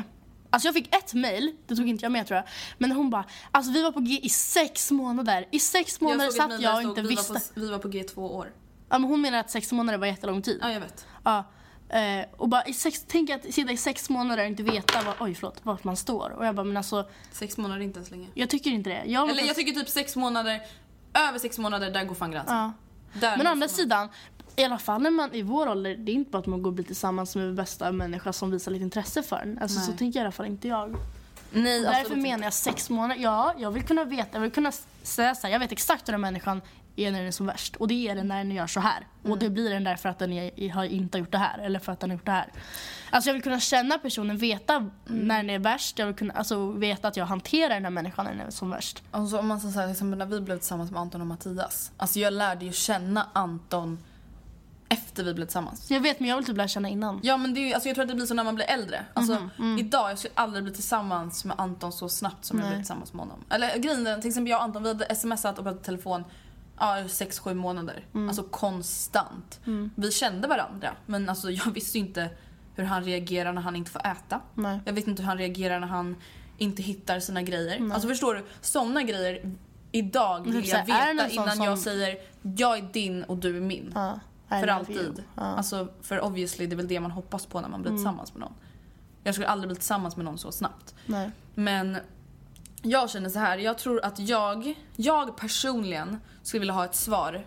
Alltså jag fick ett mejl, det tog inte jag med tror jag. Men hon bara, alltså vi var på G i sex månader. I sex månader jag satt jag och inte vi visste. Var på, vi var på G två år. Ja, men hon menar att sex månader var jättelång tid. Ja, jag vet. Ja. Eh, och bara i sex, tänk att sitta i sex månader och inte veta var, oj, förlåt, vart man står. Och jag bara, men alltså... Sex månader är inte ens länge. Jag tycker inte det. Jag Eller jag tycker typ sex månader, över sex månader, där går fan gränsen. Ja. Där men å andra man... sidan, i alla fall när man i vår ålder, det är inte bara att man går och blir tillsammans med bästa människa som visar lite intresse för en. Alltså så tänker jag i alla fall inte jag. Nej, därför menar jag sex månader. Ja, jag vill kunna veta, jag vill kunna säga så här, jag vet exakt hur den människan är när den är som värst. Och det är den när den gör så här. Mm. Och det blir den därför att den är, har inte gjort det här. Eller för att den har gjort det här. Alltså jag vill kunna känna personen, veta mm. när den är värst. Jag vill kunna alltså, veta att jag hanterar den här människan när den är som värst. Alltså om man så säger, liksom, när vi blev tillsammans med Anton och Mattias. Alltså jag lärde ju känna Anton efter vi blev tillsammans. Jag vet, men jag vill typ lära känna innan. Ja, men det är ju, alltså jag tror att det blir så när man blir äldre. Alltså mm, mm. idag, jag skulle aldrig bli tillsammans med Anton så snabbt som Nej. jag blev tillsammans med honom. Eller grejen, till exempel jag och Anton, vi hade smsat och pratat i telefon ja, sex, sju månader. Mm. Alltså konstant. Mm. Vi kände varandra, men alltså jag visste ju inte hur han reagerar när han inte får äta. Nej. Jag vet inte hur han reagerar när han inte hittar sina grejer. Nej. Alltså förstår du, såna grejer idag vill jag veta innan som... jag säger jag är din och du är min. Ja. För alltid. Ja. Alltså, för obviously, det är väl det man hoppas på när man blir mm. tillsammans med någon. Jag skulle aldrig bli tillsammans med någon så snabbt. Nej. Men jag känner så här, jag tror att jag, jag personligen skulle vilja ha ett svar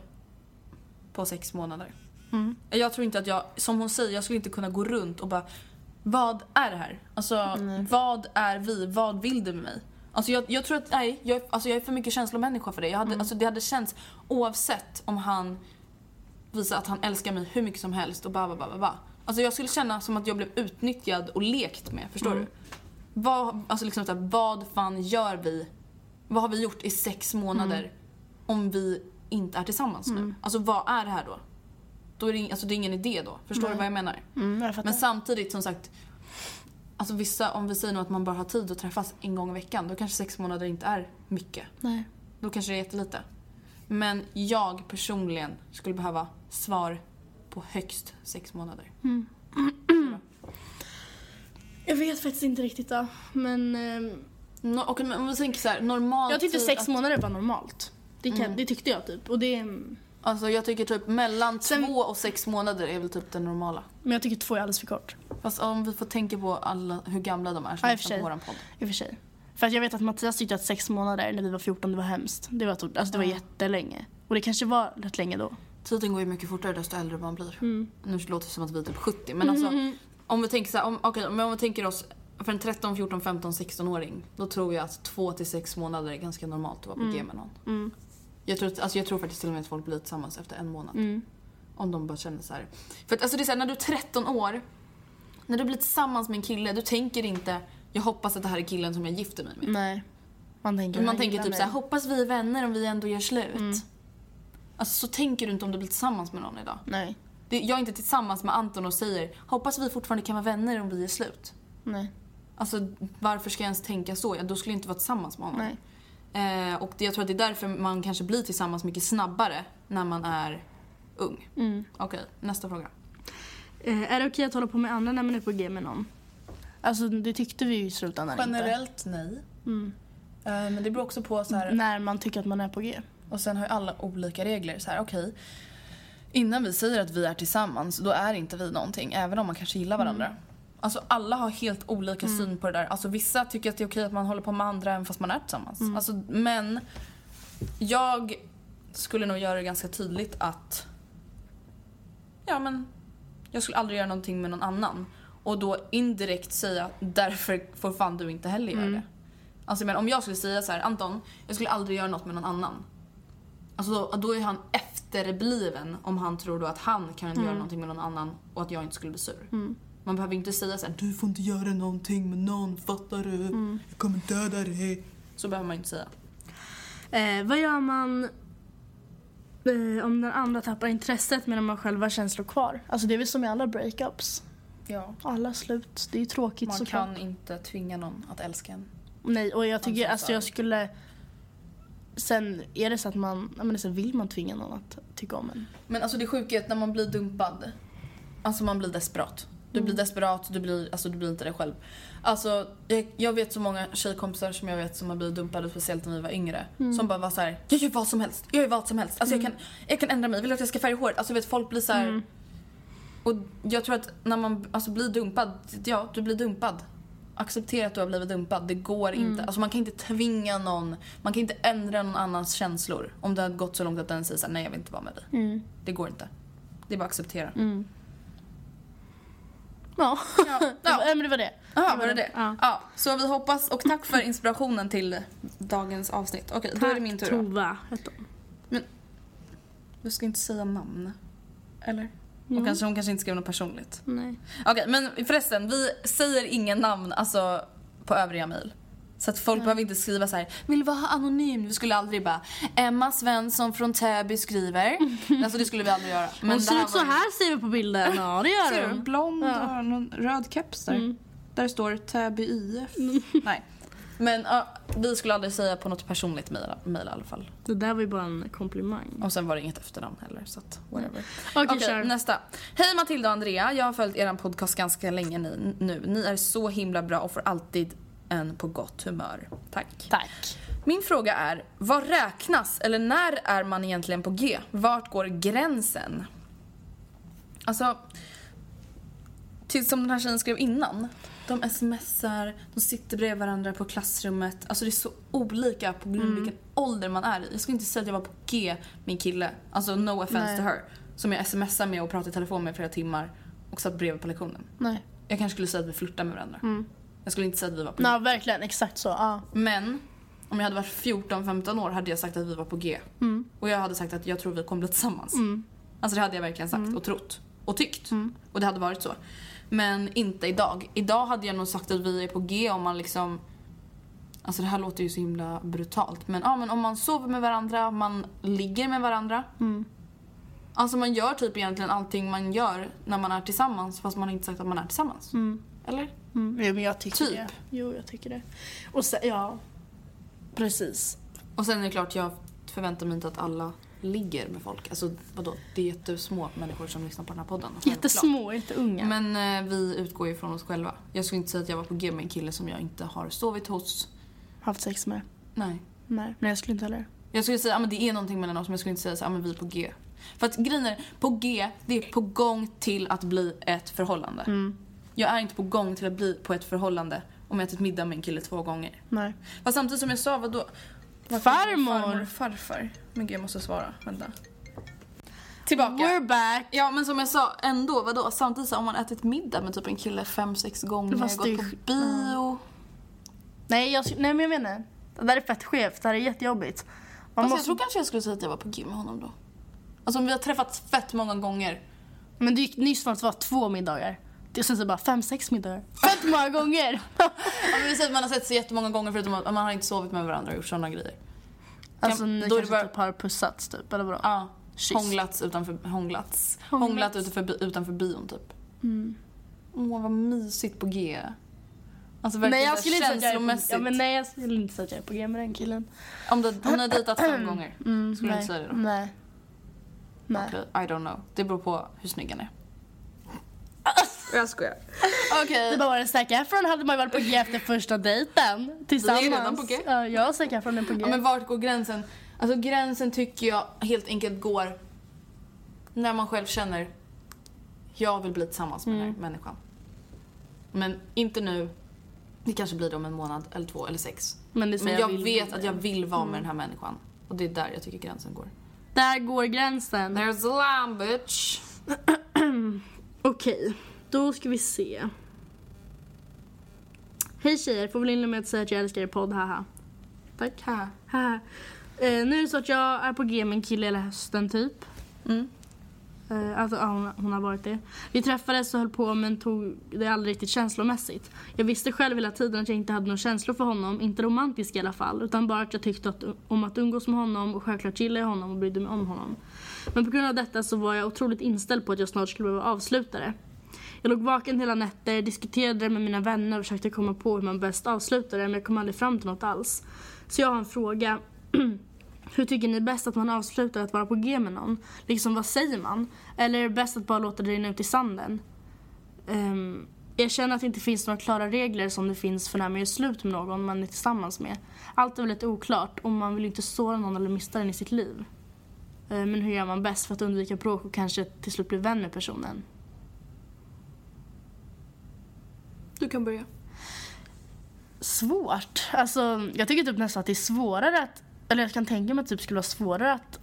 på sex månader. Mm. Jag tror inte att jag, som hon säger, jag skulle inte kunna gå runt och bara, vad är det här? Alltså, mm. vad är vi? Vad vill du med mig? Alltså jag, jag tror att, nej, jag, alltså jag är för mycket känslomänniska för det. Jag hade, mm. alltså det hade känts oavsett om han visa att han älskar mig hur mycket som helst och bara bara bara. Ba. Alltså jag skulle känna som att jag blev utnyttjad och lekt med, förstår mm. du? Vad alltså liksom så här, vad fan gör vi? Vad har vi gjort i sex månader mm. om vi inte är tillsammans mm. nu? Alltså vad är det här då? Då är det, alltså, det är ingen idé då. Förstår mm. du vad jag menar? Mm, jag Men samtidigt som sagt, alltså vissa, om vi säger nu att man bara har tid att träffas en gång i veckan, då kanske sex månader inte är mycket. Nej. Då kanske det är jättelite. Men jag personligen skulle behöva svar på högst sex månader. Mm. Jag vet faktiskt inte riktigt då. Men... Eh, no, och om vi tänker så här, normalt... Jag tyckte sex att... månader var normalt. Det, kan, mm. det tyckte jag typ. Och det... Alltså jag tycker typ mellan Sen... två och sex månader är väl typ det normala. Men jag tycker två är alldeles för kort. Fast om vi får tänka på alla, hur gamla de är som ja, lyssnar på våran podd. I och för sig. För att jag vet att Mattias tyckte att sex månader när vi var fjorton, det var hemskt. Det var, alltså det var mm. jättelänge. Och det kanske var rätt länge då. Tiden går ju mycket fortare desto äldre man blir. Mm. Nu låter det som att vi är typ sjuttio. Men alltså, mm. om vi tänker så här, om, okay, men om vi tänker oss för en tretton, fjorton, femton, sexton-åring. Då tror jag att två till sex månader är ganska normalt att vara på mm. G med någon. Mm. Jag, tror, alltså, jag tror faktiskt till och med att folk blir tillsammans efter en månad. Mm. Om de bara känner så här. För att alltså, det är så här, när du är tretton år, när du blir tillsammans med en kille, du tänker inte, jag hoppas att det här är killen som jag gifter mig med. Nej. Man tänker, man tänker typ så här, hoppas vi är vänner om vi ändå gör slut. Mm. Alltså så tänker du inte om du blir tillsammans med någon idag. Nej. Det, jag är inte tillsammans med Anton och säger, hoppas vi fortfarande kan vara vänner om vi är slut. Nej. Alltså varför ska jag ens tänka så? Ja, då skulle jag inte vara tillsammans med honom. Nej. Eh, och det, jag tror att det är därför man kanske blir tillsammans mycket snabbare när man är ung. Mm. Okej, okay, nästa fråga. Eh, är det okej att hålla på med andra när man är på G med någon? Alltså det tyckte vi ju i slutändan inte. Generellt nej. Mm. Eh, men det beror också på så här... När man tycker att man är på G. Och sen har ju alla olika regler. Så här, okej. Okay. Innan vi säger att vi är tillsammans, då är inte vi någonting. Även om man kanske gillar varandra. Mm. Alltså alla har helt olika mm. syn på det där. Alltså vissa tycker att det är okej att man håller på med andra även fast man är tillsammans. Mm. Alltså, men jag skulle nog göra det ganska tydligt att ja men jag skulle aldrig göra någonting med någon annan. Och då indirekt säga därför får fan du inte heller göra mm. det. Alltså men om jag skulle säga så här, Anton, jag skulle aldrig göra något med någon annan. Alltså då, då är han efterbliven om han tror då att han kan mm. göra någonting med någon annan och att jag inte skulle bli sur. Mm. Man behöver inte säga så här, du får inte göra någonting med någon, fattar du? Mm. Jag kommer döda dig. Så behöver man inte säga. Eh, vad gör man eh, om den andra tappar intresset medan man själva har känslor kvar? Alltså det är väl som i alla breakups. Ja. Alla slut, det är ju tråkigt man såklart. Man kan inte tvinga någon att älska en. Nej, och jag tycker, alltså jag skulle... Sen är det så att man, jag menar, så vill man tvinga någon att tycka om en. Men alltså det sjuka är att när man blir dumpad, alltså man blir desperat. Du blir desperat, du blir, alltså, du blir inte dig själv. Alltså, jag, jag vet så många tjejkompisar som jag vet som har blivit dumpade, speciellt när vi var yngre. Mm. Som bara var så här: jag gör vad som helst, jag gör vad som helst. Alltså, mm. jag, kan, jag kan ändra mig, vill att jag ska färga håret. Alltså, vet, folk blir så här. Mm. Och jag tror att när man alltså, blir dumpad, ja, du blir dumpad. Acceptera att du har blivit dumpad. Det går mm. inte, alltså man kan inte tvinga någon. Man kan inte ändra någon annans känslor. Om det har gått så långt att den säger så här: nej, jag vill inte vara med dig. Mm. Det går inte. Det är bara att acceptera. Mm. Ja, ja. ja. Men det var det. Jaha, var det det? Ja. ja. Så vi hoppas, och tack för inspirationen till dagens avsnitt. Okej, då är det min tur då. Tova. Men du ska inte säga namn, eller? Och kanske, hon kanske inte skrev något personligt. Nej. Okej, men förresten, vi säger ingen namn alltså på övriga mejl. Så att folk Nej. behöver inte skriva så här: vill vara anonym. Vi skulle aldrig bara Emma Svensson från Täby skriver. Alltså det skulle vi aldrig göra. Men hon ser ut så här, ser vi på bilden. Ja, det gör ser du? Blond ja. och någon röd keps där. Mm. Där står Täby I F. Mm. Nej. Men uh, vi skulle aldrig säga på något personligt mejl i alla fall. Det där var ju bara en komplimang. Och sen var det inget efternamn heller, så att whatever. Okej, okay, okay, nästa. Hej Matilda och Andrea, jag har följt er podcast ganska länge ni, nu. Ni är så himla bra och får alltid en på gott humör. Tack. Tack. Min fråga är, vad räknas eller när är man egentligen på G? Vart går gränsen? Alltså, till som den här tjejen skrev innan. De smsar, de sitter bredvid varandra på klassrummet. Alltså det är så olika på grund av mm. vilken ålder man är i. Jag skulle inte säga att jag var på G med en kille. Alltså no offense Nej. to her. Som jag smsar med och pratar i telefon med flera timmar. Och satt bredvid på lektionen. Nej. Jag kanske skulle säga att vi flirtar med varandra. Mm. Jag skulle inte säga att vi var på G. Nej, verkligen, exakt så. Ja. Men om jag hade varit fjorton femton år hade jag sagt att vi var på G. Mm. Och jag hade sagt att jag tror vi kommer bli tillsammans. Mm. Alltså det hade jag verkligen sagt mm. och trott. Och tyckt. Mm. Och det hade varit så. Men inte idag. Idag hade jag nog sagt att vi är på G om man liksom... Alltså det här låter ju så himla brutalt. Men, ja, men om man sover med varandra, man ligger med varandra. Mm. Alltså man gör typ egentligen allting man gör när man är tillsammans. Fast man har inte sagt att man är tillsammans. Mm. Eller? Mm. Ja, men jag tycker typ. det. Jo, jag tycker det. Och sen, ja, precis. Och sen är det klart, jag förväntar mig inte att alla ligger med folk. Alltså vadå? Det är jättesmå människor som lyssnar på den här podden. Jättesmå, inte unga. Men eh, vi utgår ju från oss själva. Jag skulle inte säga att jag var på G med en kille som jag inte har sovit hos. Haft sex med? Nej. Nej, men jag skulle inte heller. Jag skulle säga, ja men det är någonting mellan oss, men jag skulle inte säga så, ja men vi är på G. För att grejen är, på G, det är på gång till att bli ett förhållande. Mm. Jag är inte på gång till att bli på ett förhållande om jag ätit middag med en kille två gånger. Nej. Fast samtidigt som jag sa, vadå? Farmor! Farmor och farfar. Men gud, jag måste svara. Vänta. Tillbaka. We're back. Ja, men som jag sa, ändå, vadå? Samtidigt så om man ätit middag med typ en kille fem, sex gånger, gått på bio. Mm. Nej, jag, nej, men jag menar, det där är fett skevt. Det här är jättejobbigt. Man måste... måste... Jag tror kanske jag skulle säga att jag var på gym med honom då. Alltså om vi har träffats fett många gånger. Men det gick nyss från att det var två middagar. Det känns bara fem, sex middagar. Fett många gånger. Ja, men vi säger att man har sett sig jättemånga gånger förutom att man har inte sovit med varandra och gjort sådana grejer. Alltså ni då kanske bara... typ har pussats typ, eller vadå? Ja, hånglats utanför, hånglats. Hånglat utanför, utanför bion typ. Mm. Åh, vad mysigt på G. Alltså verkligen nej, jag skulle inte känslomässigt. På, ja, men nej, jag skulle inte säga att jag är på G med den killen. Om, det, om ni har dejtat fem gånger, mm, skulle du inte säga det då? Nej. Nej. Okay, I don't know. Det beror på hur snygg han är. Jag skojar. Okay. Det var en Zac Efron hade man ju varit på G efter första dejten tillsammans. Vi är redan på G. Ja, jag och Zac Efron är på G. Ja, men vart går gränsen? Alltså gränsen tycker jag helt enkelt går när man själv känner jag vill bli tillsammans med mm. den här människan. Men inte nu. Det kanske blir det om en månad eller två eller sex. Men, det men jag, jag vet vill. att jag vill vara mm. med den här människan. Och det är där jag tycker gränsen går. Där går gränsen. There's a line, bitch. Okej, okay, då ska vi se. Hej tjejer, får väl inleda med att säga att jag älskar er podd, haha. Tack, haha. haha. Eh, nu är det så att jag är på G med en kille hela hösten typ. Mm. Eh, alltså ja, hon, hon har varit det. Vi träffades och höll på men tog det aldrig riktigt känslomässigt. Jag visste själv hela tiden att jag inte hade någon känslor för honom, inte romantisk i alla fall. Utan bara att jag tyckte att, om att umgås med honom och självklart gilla honom och brydde mig om honom. Men på grund av detta så var jag otroligt inställd på att jag snart skulle behöva avsluta det. Jag låg vaken hela nätter, diskuterade det med mina vänner och försökte komma på hur man bäst avslutar det, men jag kom aldrig fram till något alls. Så jag har en fråga. Hur tycker ni bäst att man avslutar att vara på G med någon? Liksom, vad säger man? Eller är det bäst att bara låta det rinna ut i sanden? Um, jag känner att det inte finns några klara regler som det finns för när man gör slut med någon man är tillsammans med. Allt är väldigt oklart och man vill inte såra någon eller mista den i sitt liv. Uh, men hur gör man bäst för att undvika bråk och kanske till slut bli vän med personen? Du kan börja. Svårt. Alltså, jag tycker typ nästan att det är svårare att... Eller jag kan tänka mig att det typ skulle vara svårare att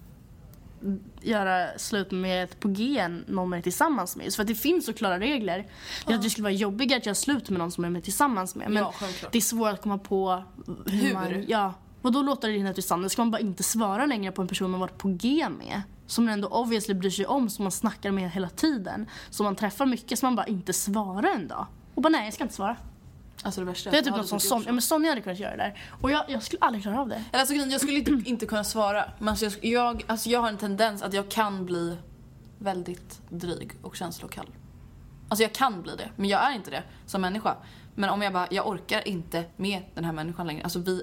göra slut med ett på G än någon man är tillsammans med. Så för att det finns så klara regler. Ja. Det skulle vara jobbigare att göra slut med någon som man är tillsammans med. Men ja, det är svårt att komma på hur, hur? man... Ja. Och då låter det rinna ut i sanden. Ska man bara inte svara längre på en person man varit på G med. Som man ändå obviously bryr sig om. Som man snackar med hela tiden. Som man träffar mycket. Så man bara inte svarar en dag. Och bara nej, jag ska inte svara. Alltså det värsta. Det är typ något som Sonja, ja, men Sonja hade kunnat göra det där. Och jag, jag skulle aldrig klara av det. Alltså, jag skulle inte, inte kunna svara. Men alltså, jag, jag, alltså, jag har en tendens att jag kan bli väldigt dryg och känslokall. Alltså jag kan bli det, men jag är inte det som människa. Men om jag bara, jag orkar inte med den här människan längre. Alltså vi,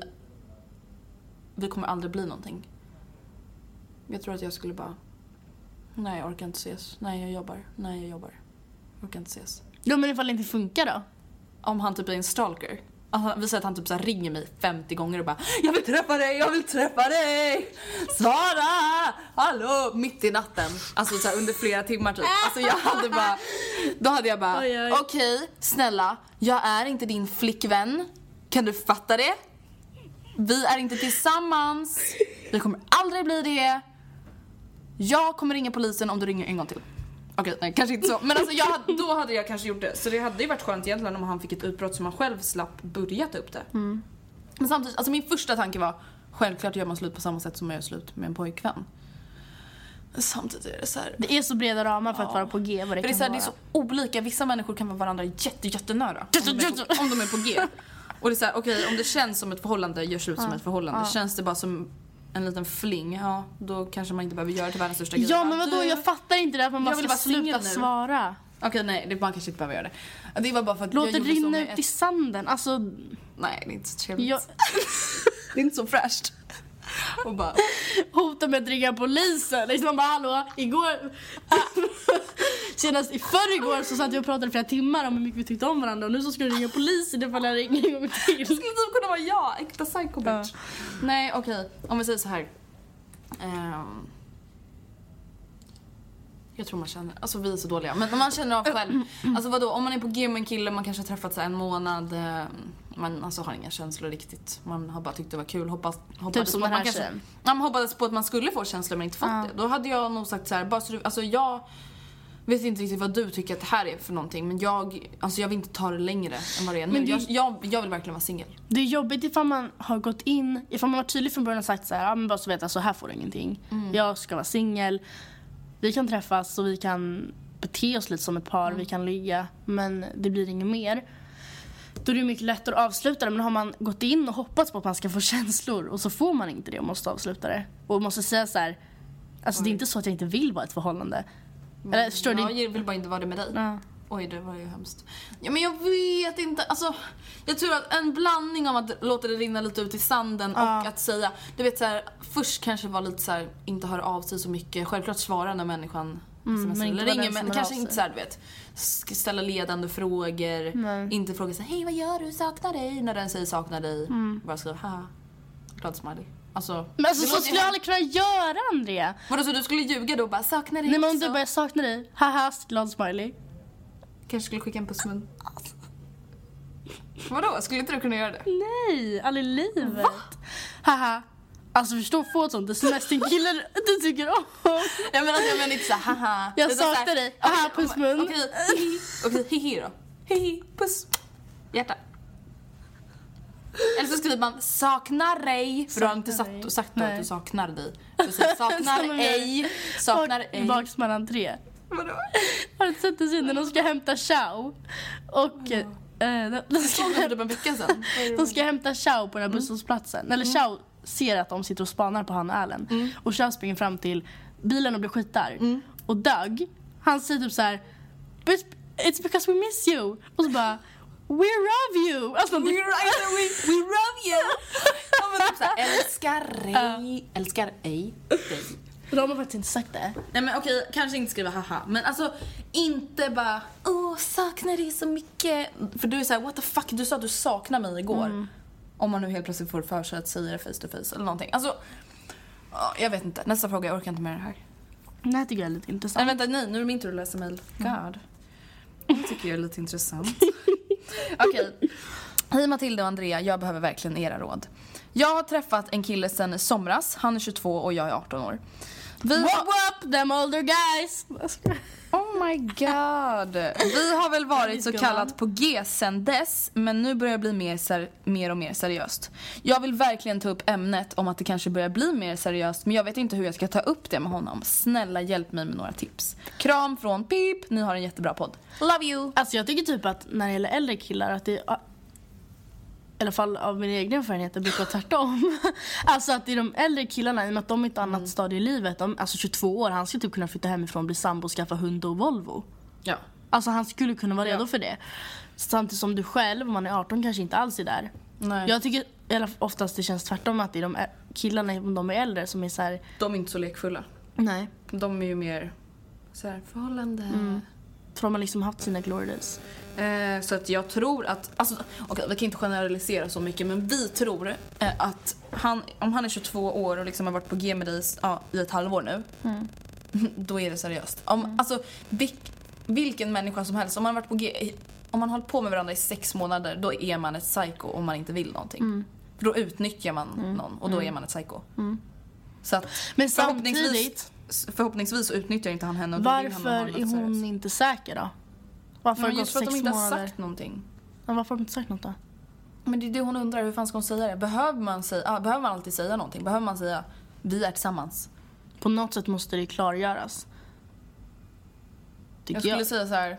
vi kommer aldrig bli någonting. Jag tror att jag skulle bara, nej jag orkar inte ses. Nej jag jobbar, nej jag jobbar. Jag orkar inte ses. Ja, men ifall det inte funkar då? Om han typ är en stalker. Alltså, vi säger att han typ så här ringer mig femtio gånger och bara, jag vill träffa dig, jag vill träffa dig. Sara, hallå, mitt i natten. Alltså så här, under flera timmar typ. Alltså jag hade bara, då hade jag bara, okej, okay, snälla, jag är inte din flickvän. Kan du fatta det? Vi är inte tillsammans. Vi kommer aldrig bli det. Jag kommer ringa polisen om du ringer en gång till. Okej, okay, nej, kanske inte så. Men alltså jag, då hade jag kanske gjort det. Så det hade ju varit skönt egentligen om han fick ett utbrott som han själv slapp börja ta upp det. Mm. Men samtidigt, alltså min första tanke var, självklart gör man slut på samma sätt som man gör slut med en pojkvän. Samtidigt är det så här, det är så breda ramar för ja. att vara på G. Vad det, för kan det, är så här, vara. det är så olika. Vissa människor kan vara varandra jätte, jättenära. Om de är på, om de är på G. Och det är så här, okej, okay, om det känns som ett förhållande, görs ut som ja. ett förhållande. Ja. Känns det bara som en liten fling, ja, då kanske man inte behöver göra till världens största grej. Ja, men vadå, jag fattar inte det här, för man måste bara sluta svara. Okej, okay, nej, det, man kanske inte behöver göra det. Det var bara för att låt jag det rinna ut ett... i sanden, alltså... Nej, det är inte så trevligt. Jag... det är inte så fräscht. Och bara... hota med att ringa polisen. Liksom man bara, hallå, igår... Senast i förrgår så satt jag och pratade flera timmar om hur mycket vi tyckte om varandra. Och nu så ska du ringa polisen ifall jag ringer en gång till. Det skulle typ kunna vara jag, äkta psycho bitch. Ja. Nej, okej. Okay. Om vi säger så här. Um... Jag tror man känner, alltså vi är så dåliga. Men man känner av själv. Alltså vadå, om man är på G med en kille, man kanske har träffat så en månad. Man alltså har inga känslor riktigt. Man har bara tyckt det var kul. Hoppas, hoppades typ som på den här man kanske, man hoppades på att man skulle få känslor men inte fått ja. det. Då hade jag nog sagt så här, bara så du, alltså jag vet inte riktigt vad du tycker att det här är för någonting. Men jag, alltså jag vill inte ta det längre än vad det är nu. Det, jag, jag, jag vill verkligen vara singel. Det är jobbigt ifall man har gått in, ifall man var tydlig från början och sagt så här, ja men bara så vet jag, så här får du ingenting. Mm. Jag ska vara singel. Vi kan träffas och vi kan bete oss lite som ett par, mm. vi kan ligga, men det blir inget mer. Då är det mycket lättare att avsluta det, men har man gått in och hoppats på att man ska få känslor och så får man inte det och måste avsluta det. Och måste säga så här, alltså Oj. det är inte så att jag inte vill vara ett förhållande. Men, Eller, förstår ja, du? Jag vill bara inte vara det med dig. Ja. Oj, det var ju hemskt. Ja, men jag vet inte. Alltså, jag tror att en blandning av att låta det rinna lite ut i sanden ja. och att säga, du vet så här, först kanske var lite så här, inte höra av sig så mycket. Självklart svara när människan mm, men eller ringer, men kanske inte så här, du vet, ställa ledande frågor, mm. inte fråga så här, hej vad gör du, saknar dig, när den säger saknar dig, mm. bara skriva haha, glad smiley. Alltså, men alltså så skulle jag aldrig kunna göra, Andrea. Vadå, så du skulle ljuga då och bara saknar dig? Nej, men om så... du bara saknar dig, haha, glad smiley. Kanske skulle skicka en pussmun. Vadå? Skulle inte du kunna göra det? Nej, aldrig i livet. Va? Haha. Alltså förstå, få ett sånt sms till killar du tycker om. Ja, men alltså, jag menar inte så haha. Jag saknar dig. Haha, pussmun. Okej, hihi. Okej, hihi då. Hihi, puss. Hjärta. Eller så skriver man saknar dig. För du har inte sagt, och sagt att du saknar dig. Du säger saknar ej. Saknar ej. Baks mellan tre. Vadå? Har du sett det sen när de ska hämta chow? Och äh, de, de, ska hämta, en vecka sedan. de ska hämta chow på den här busshållplatsen. Eller chow ser att de sitter och spanar på han och Allen. Mm. Och chow springer fram till bilen och blir skitar. Mm. Och Doug, han säger typ så här, but it's because we miss you. Och så bara, we love you. Alltså, we, we, we love you. Ja, men typ så här, älskar dig. Uh. Älskar ej dig. De har faktiskt inte sagt det. Nej, men okej, kanske inte skriva haha. Men alltså, inte bara, åh, åh, saknar dig så mycket. För du är så här, what the fuck, du sa att du saknar mig igår. Mm. Om man nu helt plötsligt får för sig att säga det face to face eller någonting. Alltså, jag vet inte. Nästa fråga, jag orkar inte med det här. Nej, tycker jag är lite intressant. Nej, vänta, nej, nu är det min tur att läsa mejl. God. Mm. Jag tycker jag är lite intressant. Okej. Okay. Hej Matilda och Andrea, jag behöver verkligen era råd. Jag har träffat en kille sedan i somras. Han är tjugotvå och jag är arton år. Vi Whoop har... whoop, them older guys. Oh my god. Vi har väl varit så kallat på G sen dess, men nu börjar det bli mer, ser- mer och mer seriöst. Jag vill verkligen ta upp ämnet om att det kanske börjar bli mer seriöst, men jag vet inte hur jag ska ta upp det med honom. Snälla hjälp mig med några tips. Kram från Pip, ni har en jättebra podd. Love you. Alltså jag tycker typ att när det gäller äldre killar att det i alla fall av min egen erfarenhet det brukar vara tvärtom. Alltså att det är de äldre killarna, i och med att de är ett annat mm. stadie i livet. De, alltså tjugotvå år, han skulle typ kunna flytta hemifrån, bli sambo, skaffa hund och Volvo. Ja. Alltså han skulle kunna vara redo ja. för det. Samtidigt som du själv, om man är arton, kanske inte alls är där. Nej. Jag tycker eller oftast det känns tvärtom att det är de killarna, om de är äldre, som är så här. De är inte så lekfulla. Nej. De är ju mer så här förhållande. Mm. För de har liksom haft sina glory days. Eh, så att jag tror att, alltså, okej, okay, vi kan inte generalisera så mycket, men vi tror eh, att han, om han är tjugotvå år och liksom har varit på G med dig ja, i ett halvår nu, mm. då är det seriöst. Om, mm. Alltså, vil, vilken människa som helst, om man har varit på G, om man har hållit på med varandra i sex månader, då är man ett psycho om man inte vill någonting. Mm. För då utnyttjar man mm. någon och då mm. är man ett psycho. Mm. Så att men förhoppningsvis, förhoppningsvis utnyttjar inte han henne. Och varför han är hon seriöst. Inte säker då? Varför har det gått för sex att de inte månader? har sagt någonting. Men varför har de inte sagt något då? Men det är det hon undrar, hur fan ska hon säga det? Behöver man, säga, ah, behöver man alltid säga någonting? Behöver man säga, vi är tillsammans? På något sätt måste det klargöras. Jag skulle jag. säga så här.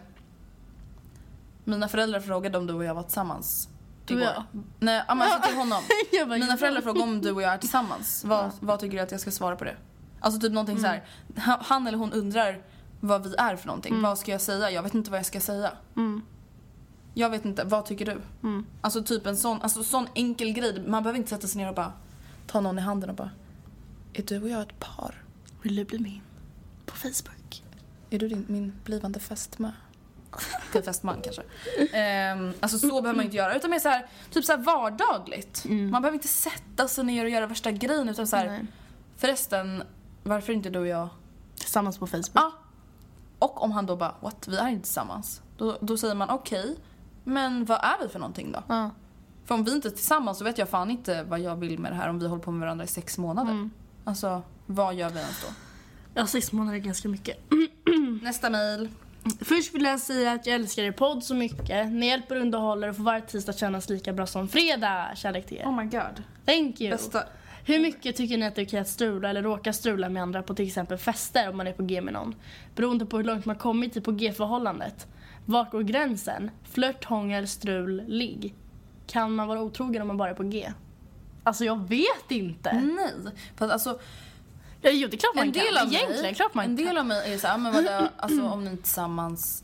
Mina föräldrar frågade om du och jag var tillsammans. Du ja. Nej, alltså till honom. Mina föräldrar frågade om du och jag är tillsammans. Vad, ja. vad tycker du att jag ska svara på det? Alltså typ någonting mm. så här. Han eller hon undrar vad vi är för någonting. Mm. Vad ska jag säga? Jag vet inte vad jag ska säga. Mm. Jag vet inte. Vad tycker du? Mm. Alltså typ en sån, alltså sån enkel grej. Man behöver inte sätta sig ner och bara ta någon i handen och bara, är du och jag ett par? Vill du bli min på Facebook? Är du din, min blivande fästmö? Till fästman kanske. Um, alltså så behöver man inte göra. Utan mer så här, typ så här vardagligt. Mm. Man behöver inte sätta sig ner och göra värsta grejen. Utan så här, nej. Förresten, varför inte du och jag tillsammans på Facebook? Ja. Och om han då bara, what? Vi är inte tillsammans. Då, då säger man, okej. Okay, men vad är vi för någonting då? Ja. För om vi inte är tillsammans så vet jag fan inte vad jag vill med det här. Om vi håller på med varandra i sex månader. Mm. Alltså, vad gör vi ens då? Ja, sex månader är ganska mycket. Nästa mejl. Först vill jag säga att jag älskar er podd så mycket. Ni hjälper och underhåller och får varje tisdag kännas lika bra som fredag. Kärlek till er. Oh my god. Thank you. Bästa. Hur mycket tycker ni att det är okej att strula eller råka strula med andra på till exempel fester om man är på G med någon? Beroende på hur långt man kommit i på G-förhållandet. Vart går gränsen? Flört, hångel, strul, ligg. Kan man vara otrogen om man bara är på G? Alltså jag vet inte. Nej. För alltså... Ja, jo, det är klart man en kan. Del av mig, Egentligen, klart man en kan. del av mig är så här, men vad det, alltså, om ni är tillsammans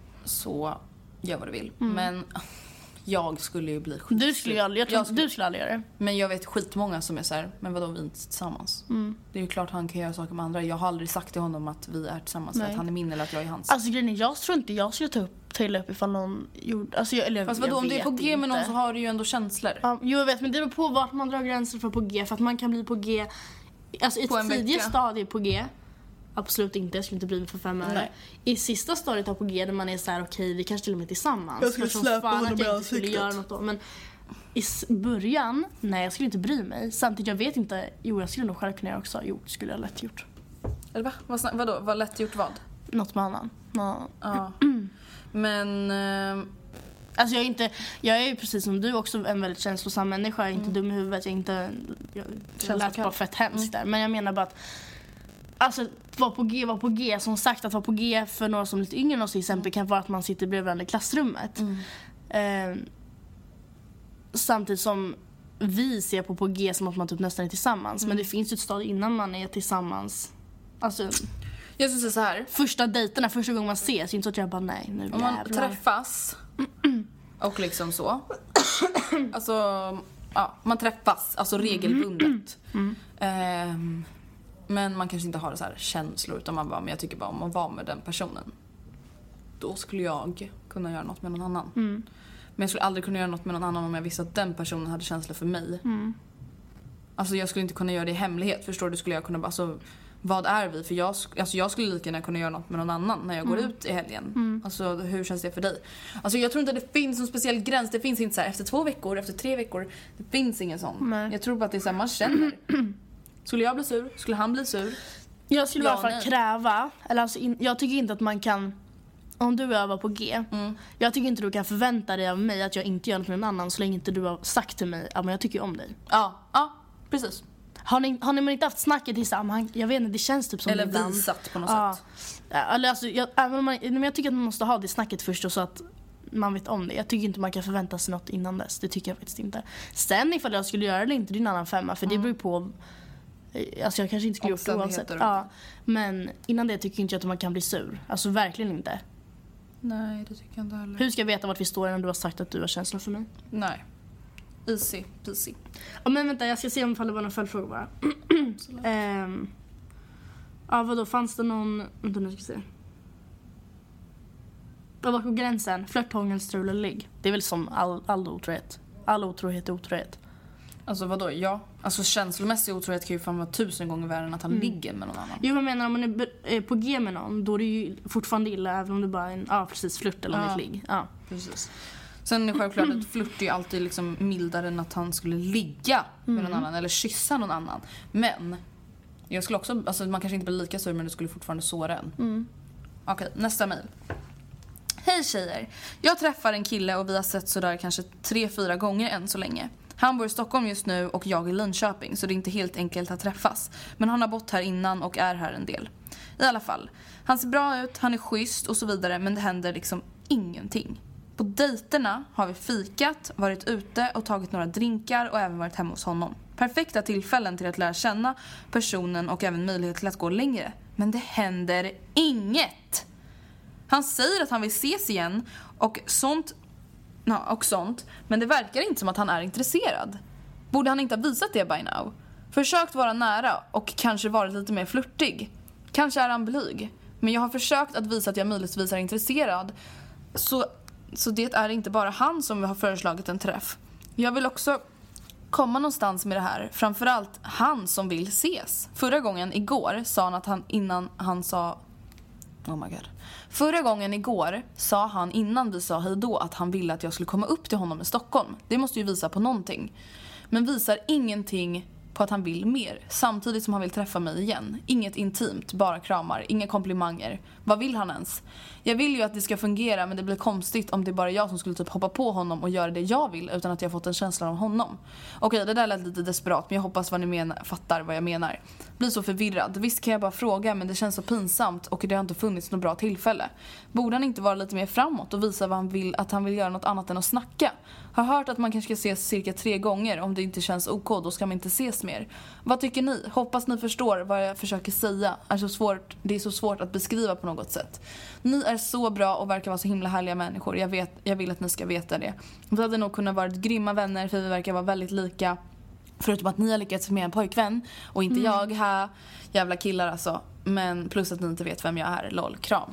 så gör vad du vill. Mm. Men jag skulle ju bli skit. Du skulle aldrig, jag tror jag skulle, du skulle aldrig göra det. Men jag vet skitmånga som är så här, men vadå, vi är inte tillsammans. Mm. Det är ju klart han kan göra saker med andra. Jag har aldrig sagt till honom att vi är tillsammans. Nej. För att han är min eller att jag är hans. Alltså grejen är, jag tror inte jag skulle ta upp till upp ifall någon gjorde, alltså jag, eller fast vadå, jag om du är på G med någon inte. Så har du ju ändå känslor. Ja, jo jag vet, men det beror på vart man drar gränser för på G. För att man kan bli på G, alltså i ett tidigt stadie på G. Absolut inte, jag skulle inte bli med för fem år. I sista stadiet av på G där man är så här, okej, okay, vi kanske till och med är tillsammans. Jag skulle släppa honom att jag inte skulle göra något då. Men i början, nej jag skulle inte bry mig. Samtidigt jag vet inte, jo jag skulle nog själv kunna göra också. Jo, det skulle jag lätt gjort. Eller va? Vad, vadå? Vad lätt gjort vad? Något med annan. Ja. Ja. Men... Uh... Alltså jag är inte, jag är ju precis som du också en väldigt känslosam människa. Jag är inte mm. dum i huvudet, jag är inte, jag, jag lät bara fett hemskt där. Men jag menar bara att, alltså vara på G, vara på G. Som sagt, att vara på G för några som är lite yngre än oss till exempel kan vara att man sitter bredvid varandra i klassrummet. Mm. Eh, samtidigt som vi ser på på G som att man typ nästan är tillsammans. Mm. Men det finns ju ett stad innan man är tillsammans. Alltså... Jag skulle säga så här. Första dejterna, första gången man ses, inte så att jag bara nej, nu om man jävlar. Träffas och liksom så. Alltså, ja, man träffas alltså regelbundet. Mm. Um, men man kanske inte har så här känslor utan man bara, men jag tycker bara om att vara med den personen. då skulle jag kunna göra något med någon annan. Mm. Men jag skulle aldrig kunna göra något med någon annan om jag visste att den personen hade känslor för mig. Mm. Alltså jag skulle inte kunna göra det i hemlighet. Förstår du? Skulle jag kunna bara, alltså, vad är vi? För jag, alltså jag skulle lika gärna kunna göra något med någon annan när jag Mm. går ut i helgen. Mm. Alltså hur känns det för dig? Alltså jag tror inte att det finns någon speciell gräns. Det finns inte så här efter två veckor, efter tre veckor. Det finns ingen sån. Nej. Jag tror bara att det är så här man känner. Skulle jag bli sur? Skulle han bli sur? Jag skulle Ja, i alla fall nej. kräva, eller alltså in, jag tycker inte att man kan, om du övar på G, Mm. jag tycker inte du kan förvänta dig av mig att jag inte gör något med någon annan så länge inte du har sagt till mig att jag tycker om dig. Ja, ja, precis. Har ni, har ni inte haft snacket tillsammans? Jag vet inte, det känns typ som Eller det ibland. visat på något Ja. sätt. Ja, eller alltså, jag, även om man, men jag tycker att man måste ha det snacket först och så att man vet om det. Jag tycker inte man kan förvänta sig något innan dess. Det tycker jag faktiskt inte. Sen ifall jag skulle göra det eller inte, det är en annan femma. För det beror på. Alltså jag kanske inte skulle gjort det oavsett. Omständigheter. Ja, men innan det tycker jag inte att man kan bli sur. Alltså verkligen inte. Nej, det tycker jag inte heller. Hur ska jag veta vart vi står innan du har sagt att du har känslor för mig? Nej. Easy, easy. Ja, men vänta, jag ska se om det var någon följdfråga bara. Ehm, ja, vadå, fanns det någon... Vänta nu ska jag se. Ja, vart går gränsen? Flört, hångel, strul eller ligg? Det är väl som all, all otrohet. All otrohet är otrohet. Alltså vadå? Ja. Alltså känslomässig otrohet kan ju fan vara tusen gånger värre än att han Mm. ligger med någon annan. Jo, jag menar om man är be- eh, på G med någon, då är det ju fortfarande illa även om det bara är en, ja precis, flört eller Ja. ett ligg. Ja. Precis. Sen är det självklart att flört är ju alltid liksom mildare än att han skulle ligga med någon annan eller kyssa någon annan. Men jag skulle också, alltså man kanske inte blir lika sur men du skulle fortfarande såra en. Mm. Okej, nästa mejl. Hej tjejer. Jag träffar en kille och vi har sett sådär kanske tre, fyra gånger än så länge. Han bor i Stockholm just nu och jag i Linköping så det är inte helt enkelt att träffas. Men han har bott här innan och är här en del. I alla fall, han ser bra ut, han är schysst och så vidare men det händer liksom ingenting. På dejterna har vi fikat, varit ute och tagit några drinkar och även varit hemma hos honom. Perfekta tillfällen till att lära känna personen och även möjlighet till att gå längre. Men det händer inget! Han säger att han vill ses igen och sånt, ja, och sånt, men det verkar inte som att han är intresserad. Borde han inte ha visat det by now? Försökt vara nära och kanske varit lite mer flirtig. Kanske är han blyg. Men jag har försökt att visa att jag möjligtvis är intresserad. Så, så det är inte bara han som har föreslagit en träff. Jag vill också komma någonstans med det här. Framförallt han som vill ses. Förra gången igår sa han att han innan han sa... Oh my god. Förra gången igår sa han innan vi sa hej då att han ville att jag skulle komma upp till honom i Stockholm. Det måste ju visa på någonting. Men visar ingenting på att han vill mer. Samtidigt som han vill träffa mig igen. Inget intimt, bara kramar, inga komplimanger. Vad vill han ens? Jag vill ju att det ska fungera men det blir konstigt om det är bara jag som skulle typ hoppa på honom och göra det jag vill utan att jag fått en känsla av honom. Okej, det där lät lite desperat men jag hoppas vad ni menar, fattar vad jag menar. Blir så förvirrad. Visst kan jag bara fråga men det känns så pinsamt och det har inte funnits något bra tillfälle. Borde han inte vara lite mer framåt och visa vad han vill, att han vill göra något annat än att snacka? Har hört att man kanske ska ses cirka tre gånger. Om det inte känns ok då ska man inte ses mer. Vad tycker ni? Hoppas ni förstår vad jag försöker säga. Är så svårt, det är så svårt att beskriva på något sätt. Ni är så bra och verkar vara så himla härliga människor. Jag, vet, jag vill att ni ska veta det. Vi hade nog kunnat vara grymma vänner för vi verkar vara väldigt lika. Förutom att ni har lyckats med en pojkvän och inte mm. jag här. Jävla killar alltså. Men plus att ni inte vet vem jag är. Lol, kram.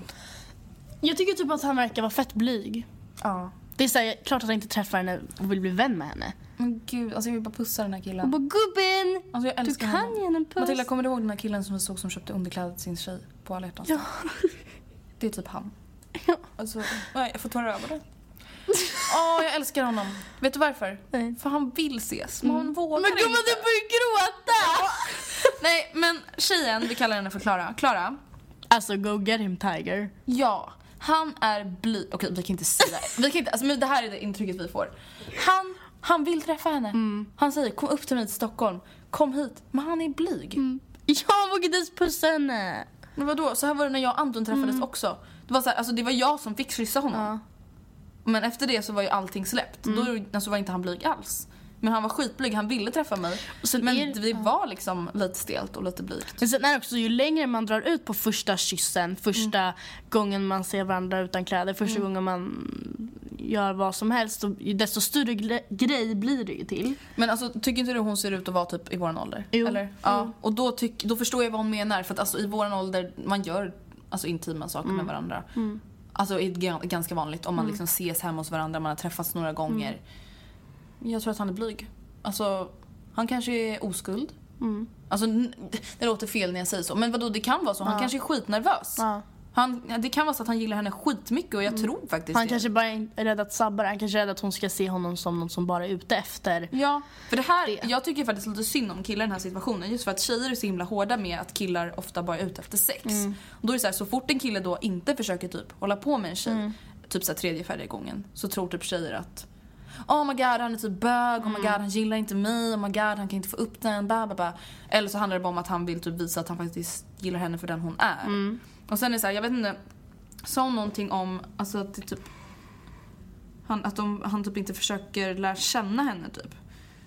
Jag tycker typ att han verkar vara fett blyg. Ja. Det är så här, klart att han inte träffar henne och vill bli vän med henne. Men gud, alltså jag vill bara pussa den här killen. Och bara, gubben! Alltså jag Du älskar kan honom. ge henne en puss. Matilda, kommer du ihåg den här killen som vi såg som köpte underkläder till sin tjej på alla hjärtans dag? Ja. Det är typ han. Ja. Alltså, nej, jag får tårar över det. Åh, jag älskar honom. Vet du varför? Nej. För han vill ses, men han vågar Men gumman, inte. du börjar gråta! Nej, men tjejen, vi kallar henne för Klara. Klara? Alltså, go get him, Tiger. Ja, han är blyg. Okej, vi kan inte säga det. Vi kan inte, alltså, men det här är det intrycket vi får. Han, han vill träffa henne. Mm. Han säger, kom upp till mig till Stockholm. Kom hit. Men han är blyg. Mm. Jag vågade inte ens pussa henne. Men vadå? Så här var det när jag och Anton träffades mm. också. Det var så här, alltså det var jag som fick kyssa honom. Ja. Men efter det så var ju allting släppt. Mm. Då alltså, var inte han blyg alls. Men han var skitblyg, han ville träffa mig. Men är, det var liksom lite stelt och lite blygt. Men sen är det också, ju längre man drar ut på första kyssen, första mm. gången man ser varandra utan kläder, första mm. gången man gör vad som helst, så desto större gre- grej blir det ju till. Men alltså, tycker inte du hon ser ut att vara typ i våran ålder? Jo. Eller? Ja. Och då, tyck, då förstår jag vad hon menar. För att alltså, i våran ålder, man gör alltså, intima saker mm. med varandra. Mm. Alltså är g- ganska vanligt om man mm. liksom ses hemma hos varandra, man har träffats några gånger. Mm. Jag tror att han är blyg. Alltså, han kanske är oskuld. Mm. Alltså, det låter fel när jag säger så. Men vadå, det kan vara så. Han ja. kanske är skitnervös. Ja. Han, det kan vara så att han gillar henne skitmycket och jag mm. tror faktiskt Han det. kanske bara är rädd att sabba det. Han kanske är rädd att hon ska se honom som någon som bara är ute efter. Ja, för det här, det. jag tycker faktiskt lite synd om killar i den här situationen. Just för att tjejer är så himla hårda med att killar ofta bara är ute efter sex. Mm. Och då är det så här, så fort en kille då inte försöker typ hålla på med en tjej, mm. typ så här tredje, fjärde gången, så tror typ tjejer att oh my god, han är typ bög, oh my god, han gillar inte mig, oh my god, han kan inte få upp den, ba, ba, ba. Eller så handlar det bara om att han vill typ visa att han faktiskt gillar henne för den hon är. Mm. Och sen är det så här, jag vet inte, sa någonting om alltså att det typ han, att de, han typ inte försöker lära känna henne typ.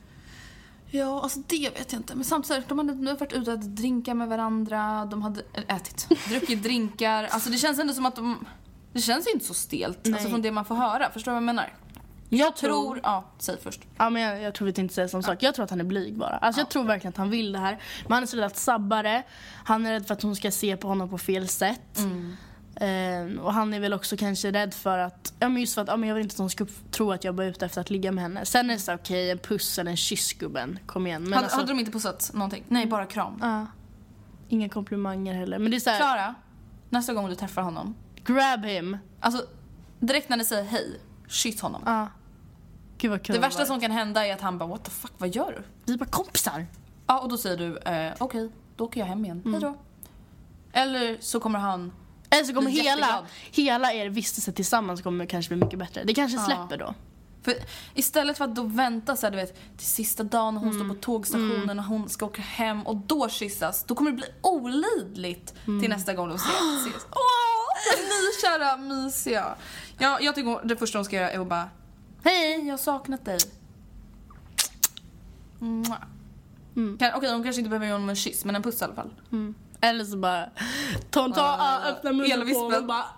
Ja, alltså det vet jag inte. Men samtidigt, de hade nu varit ute att drinka med varandra, de hade ätit, druckit drinkar. Alltså det känns ändå som att de, det känns inte så stelt. Nej. Alltså från det man får höra, förstår du vad jag menar? Jag, jag tror, tror, ja, säg först. Ja, men jag, jag tror vi inte säga som sagt. Jag tror att han är blyg bara. Alltså ja. jag tror verkligen att han vill det här. Men han är så rädd att sabba det. Han är rädd för att hon ska se på honom på fel sätt. Mm. Um, och han är väl också kanske rädd för att, ja men just för att, ja men jag vill inte att hon ska tro att jag bara är ute efter att ligga med henne. Sen är det så okej, okay, en puss eller en kyss, gubben. Kom igen. Men hade, alltså, hade de inte pussat någonting? Nej, bara kram. Ja. Uh, inga komplimanger heller. Men det är så här, Klara, nästa gång du träffar honom, grab him. Alltså, direkt när ni säger hej, kyss honom. Ja. Uh. Gud vad kul. Det värsta som kan hända är att han bara, what the fuck, vad gör du? Vi är bara kompisar. Ja, och då säger du, eh, okej, okay, då åker jag hem igen. Mm. Hejdå. Eller så kommer han Eller så kommer hela, hela er vistelse tillsammans kommer kanske bli mycket bättre. Det kanske släpper ja. då. För istället för att då vänta så här, du vet, till sista dagen när hon mm. står på tågstationen mm. och hon ska åka hem och då kyssas, då kommer det bli olidligt mm. till nästa gång de ses. Åh, nykära, mysiga. Ja, jag tycker det första hon ska göra är att bara, hej, jag har saknat dig. Mm. Mm. Okej, okay, de kanske inte behöver göra honom en kyss, men en puss i alla fall. Mm. Eller så bara ta, ta uh, öppna munnen på och bara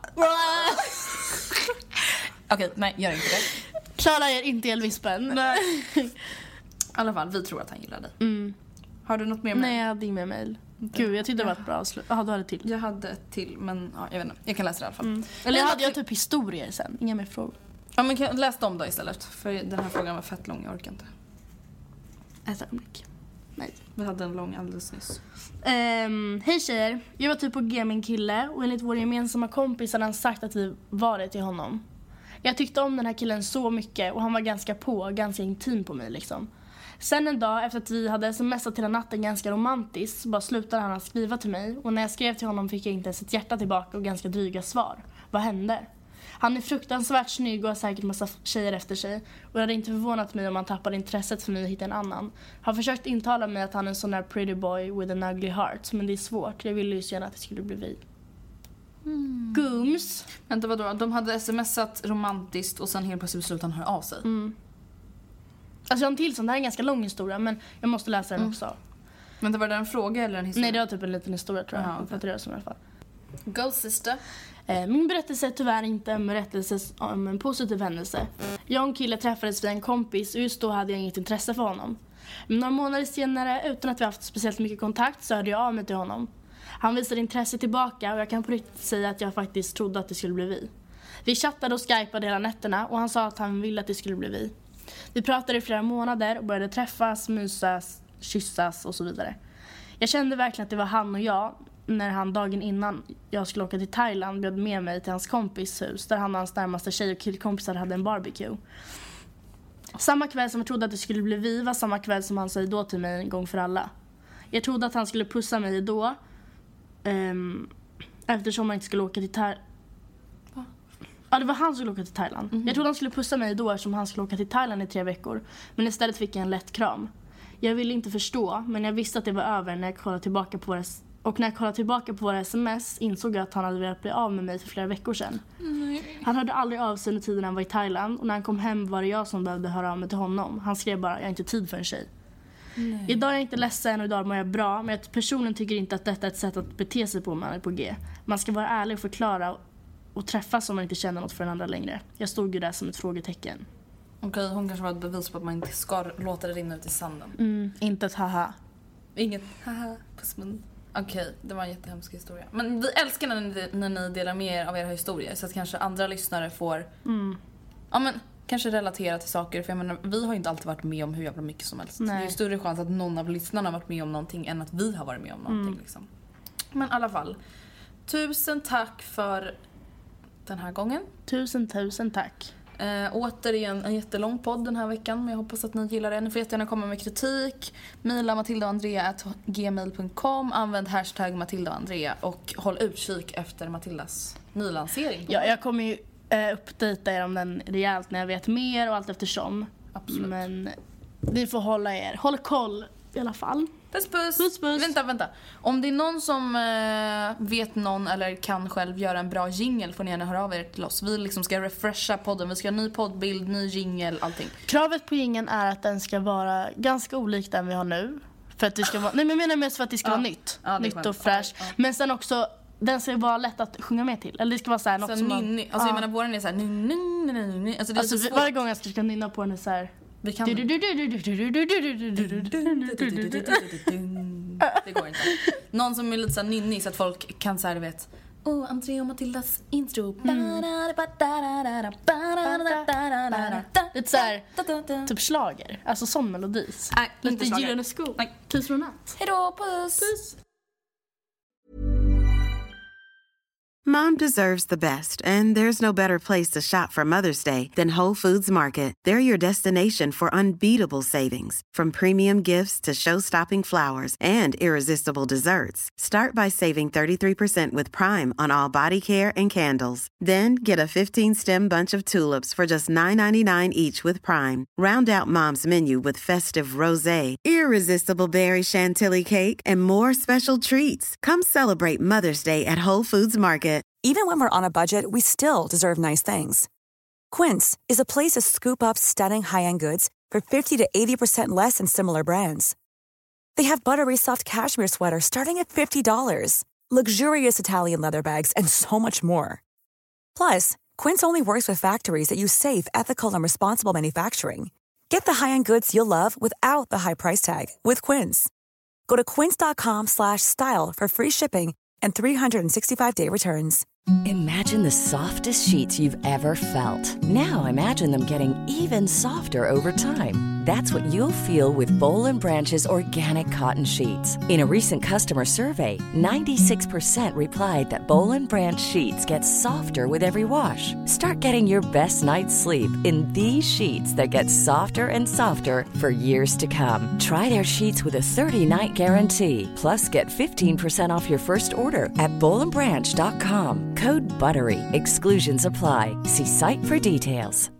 okej, okay, nej, gör inte det. Klara er inte elvispen. Nej. I alla fall, vi tror att han gillar dig. Mm. Har du något mer med? Nej, jag hade inget mer mail. Gud, jag tyckte det var ett bra avslut. Jaha, du hade till. Jag hade ett till, men ja, jag vet inte. Jag kan läsa det i alla fall. Mm. Eller jag hade jag typ historier sen. Inga mer frågor. Ja, men kan läs dem då istället. För den här frågan var fett lång, jag orkar inte. Ett ögonblick. Nej. Vi hade en lång alldeles nyss. Um, Hej tjejer, jag var typ på G med en kille och enligt vår gemensamma kompis hade han sagt att vi var det till honom. Jag tyckte om den här killen så mycket och han var ganska på, ganska intim på mig liksom. Sen en dag efter att vi hade smsat hela natten ganska romantiskt så bara slutade han att skriva till mig och när jag skrev till honom fick jag inte ens ett hjärta tillbaka och ganska dryga svar. Vad hände? Han är fruktansvärt snygg och har säkert massa tjejer efter sig. Och det hade inte förvånat mig om han tappade intresset för mig och hittade en annan. Han försökt intala mig att han är en sån där pretty boy with an ugly heart. Men det är svårt. Jag ville ju så gärna att det skulle bli vi. Mm. Gums. Vänta, vadå? De hade smsat romantiskt och sen helt plötsligt beslutade han höra av sig. Mm. Alltså jag har en till sån. Det här är en ganska lång historia, men jag måste läsa den mm. också. Men det var det en fråga eller en historia? Nej, det var typ en liten historia tror jag. Aha, okay. Jag det som i alla fall. Go sister. Min berättelse är tyvärr inte en berättelse om en positiv händelse. Jag och en kille träffades via en kompis och just då hade jag inget intresse för honom. Men några månader senare, utan att vi haft speciellt mycket kontakt, så hörde jag av mig till honom. Han visade intresse tillbaka och jag kan på riktigt säga att jag faktiskt trodde att det skulle bli vi. Vi chattade och skypade hela nätterna och han sa att han ville att det skulle bli vi. Vi pratade i flera månader och började träffas, mysas, kyssas och så vidare. Jag kände verkligen att det var han och jag när han dagen innan jag skulle åka till Thailand bjöd med mig till hans kompis hus där han och hans närmaste tjej och killkompisar hade en barbecue. Samma kväll som jag trodde att det skulle bli vi var samma kväll som han sa då till mig en gång för alla. Jag trodde att han skulle pussa mig då um, eftersom han inte skulle åka till Thailand. Ja, det var han som skulle åka till Thailand. Mm-hmm. Jag trodde han skulle pussa mig då eftersom han skulle åka till Thailand i tre veckor. Men istället fick jag en lätt kram. Jag ville inte förstå, men jag visste att det var över när jag kollade tillbaka på det. Och när jag kollade tillbaka på våra sms insåg jag att han hade velat bli av med mig för flera veckor sedan. Mm. Han hörde aldrig av sig under tiden han var i Thailand. Och när han kom hem var det jag som behövde höra av mig till honom. Han skrev bara, jag har inte tid för en tjej. Nej. Idag är jag inte ledsen och idag mår jag bra. Men jag personen tycker inte att detta är ett sätt att bete sig på man är på G. Man ska vara ärlig och förklara och träffas om man inte känner något för den andra längga. Jag stod ju där som ett frågetecken. Okej, hon kanske var ett bevis på att man inte ska låta det rinna ut i sanden. Mm, inte ett haha. Inget haha, puss mun. Okej, det var en jättehemsk historia. Men vi älskar när ni, när ni delar med er av era historier. Så att kanske andra lyssnare får Mm. ja, men, kanske relatera till saker. För jag menar, vi har ju inte alltid varit med om hur jävla mycket som helst. Nej. Det är ju större chans att någon av lyssnarna har varit med om någonting än att vi har varit med om någonting. Mm. Liksom. Men i alla fall, tusen tack för den här gången. Tusen, tusen tack. Eh, återigen en jättelång podd den här veckan, men jag hoppas att ni gillar det. Ni får jättegärna komma med kritik. Maila matilda och andrea at gmail dot com. Använd hashtag Matilda och Andrea och håll utkik efter Matildas nylansering. Ja, jag kommer ju eh, uppdatera er om den rejält när jag vet mer och allt eftersom. Absolut. Men ni får hålla er. Håll koll i alla fall. Puss, puss. Puss, puss. Vänta, vänta. Om det är någon som eh, vet någon eller kan själv göra en bra jingle får ni gärna höra av er till oss. Vi liksom ska refresha podden. Vi ska ha ny poddbild, ny jingle, allting. Kravet på jingeln är att den ska vara ganska olik den vi har nu. För att det ska vara, nej men jag menar mest för att det ska Ja. vara nytt. Ja, det är nytt skönt. och fräscht. Ja, ja. Men sen också, den ska vara lätt att sjunga med till. Eller det ska vara så här, något Så som nynny. man, Alltså jag ja. menar våren är så här nynny, nynny, nynny. Alltså det är Alltså lite vi- svårt. varje gång jag ska nynna på den är så här. Vi kan... Det går inte. Någon som är lite så här nynnig så att folk kan så här, du vet. Oh, Andrea och Matildas intro. Lite så här, typ schlager. Alltså sån melodis. Nej, inte Lite schlager. Gyllene skor. Nej. Tusen och natt. Hejdå, puss. Puss. Mom deserves the best, and there's no better place to shop for Mother's Day than Whole Foods Market. They're your destination for unbeatable savings, from premium gifts to show-stopping flowers and irresistible desserts. Start by saving thirty-three percent with Prime on all body care and candles. Then get a fifteen-stem bunch of tulips for just nine ninety-nine each with Prime. Round out Mom's menu with festive rosé, irresistible berry chantilly cake, and more special treats. Come celebrate Mother's Day at Whole Foods Market. Even when we're on a budget, we still deserve nice things. Quince is a place to scoop up stunning high-end goods for fifty to eighty percent less than similar brands. They have buttery soft cashmere sweaters starting at fifty dollars, luxurious Italian leather bags, and so much more. Plus, Quince only works with factories that use safe, ethical, and responsible manufacturing. Get the high-end goods you'll love without the high price tag with Quince. Go to quince.com slash style for free shipping and three sixty-five day returns. Imagine the softest sheets you've ever felt. Now imagine them getting even softer over time. That's what you'll feel with Boll and Branch's organic cotton sheets. In a recent customer survey, ninety-six percent replied that Boll and Branch sheets get softer with every wash. Start getting your best night's sleep in these sheets that get softer and softer for years to come. Try their sheets with a thirty-night guarantee. Plus, get fifteen percent off your first order at boll and branch dot com. Code BUTTERY. Exclusions apply. See site for details.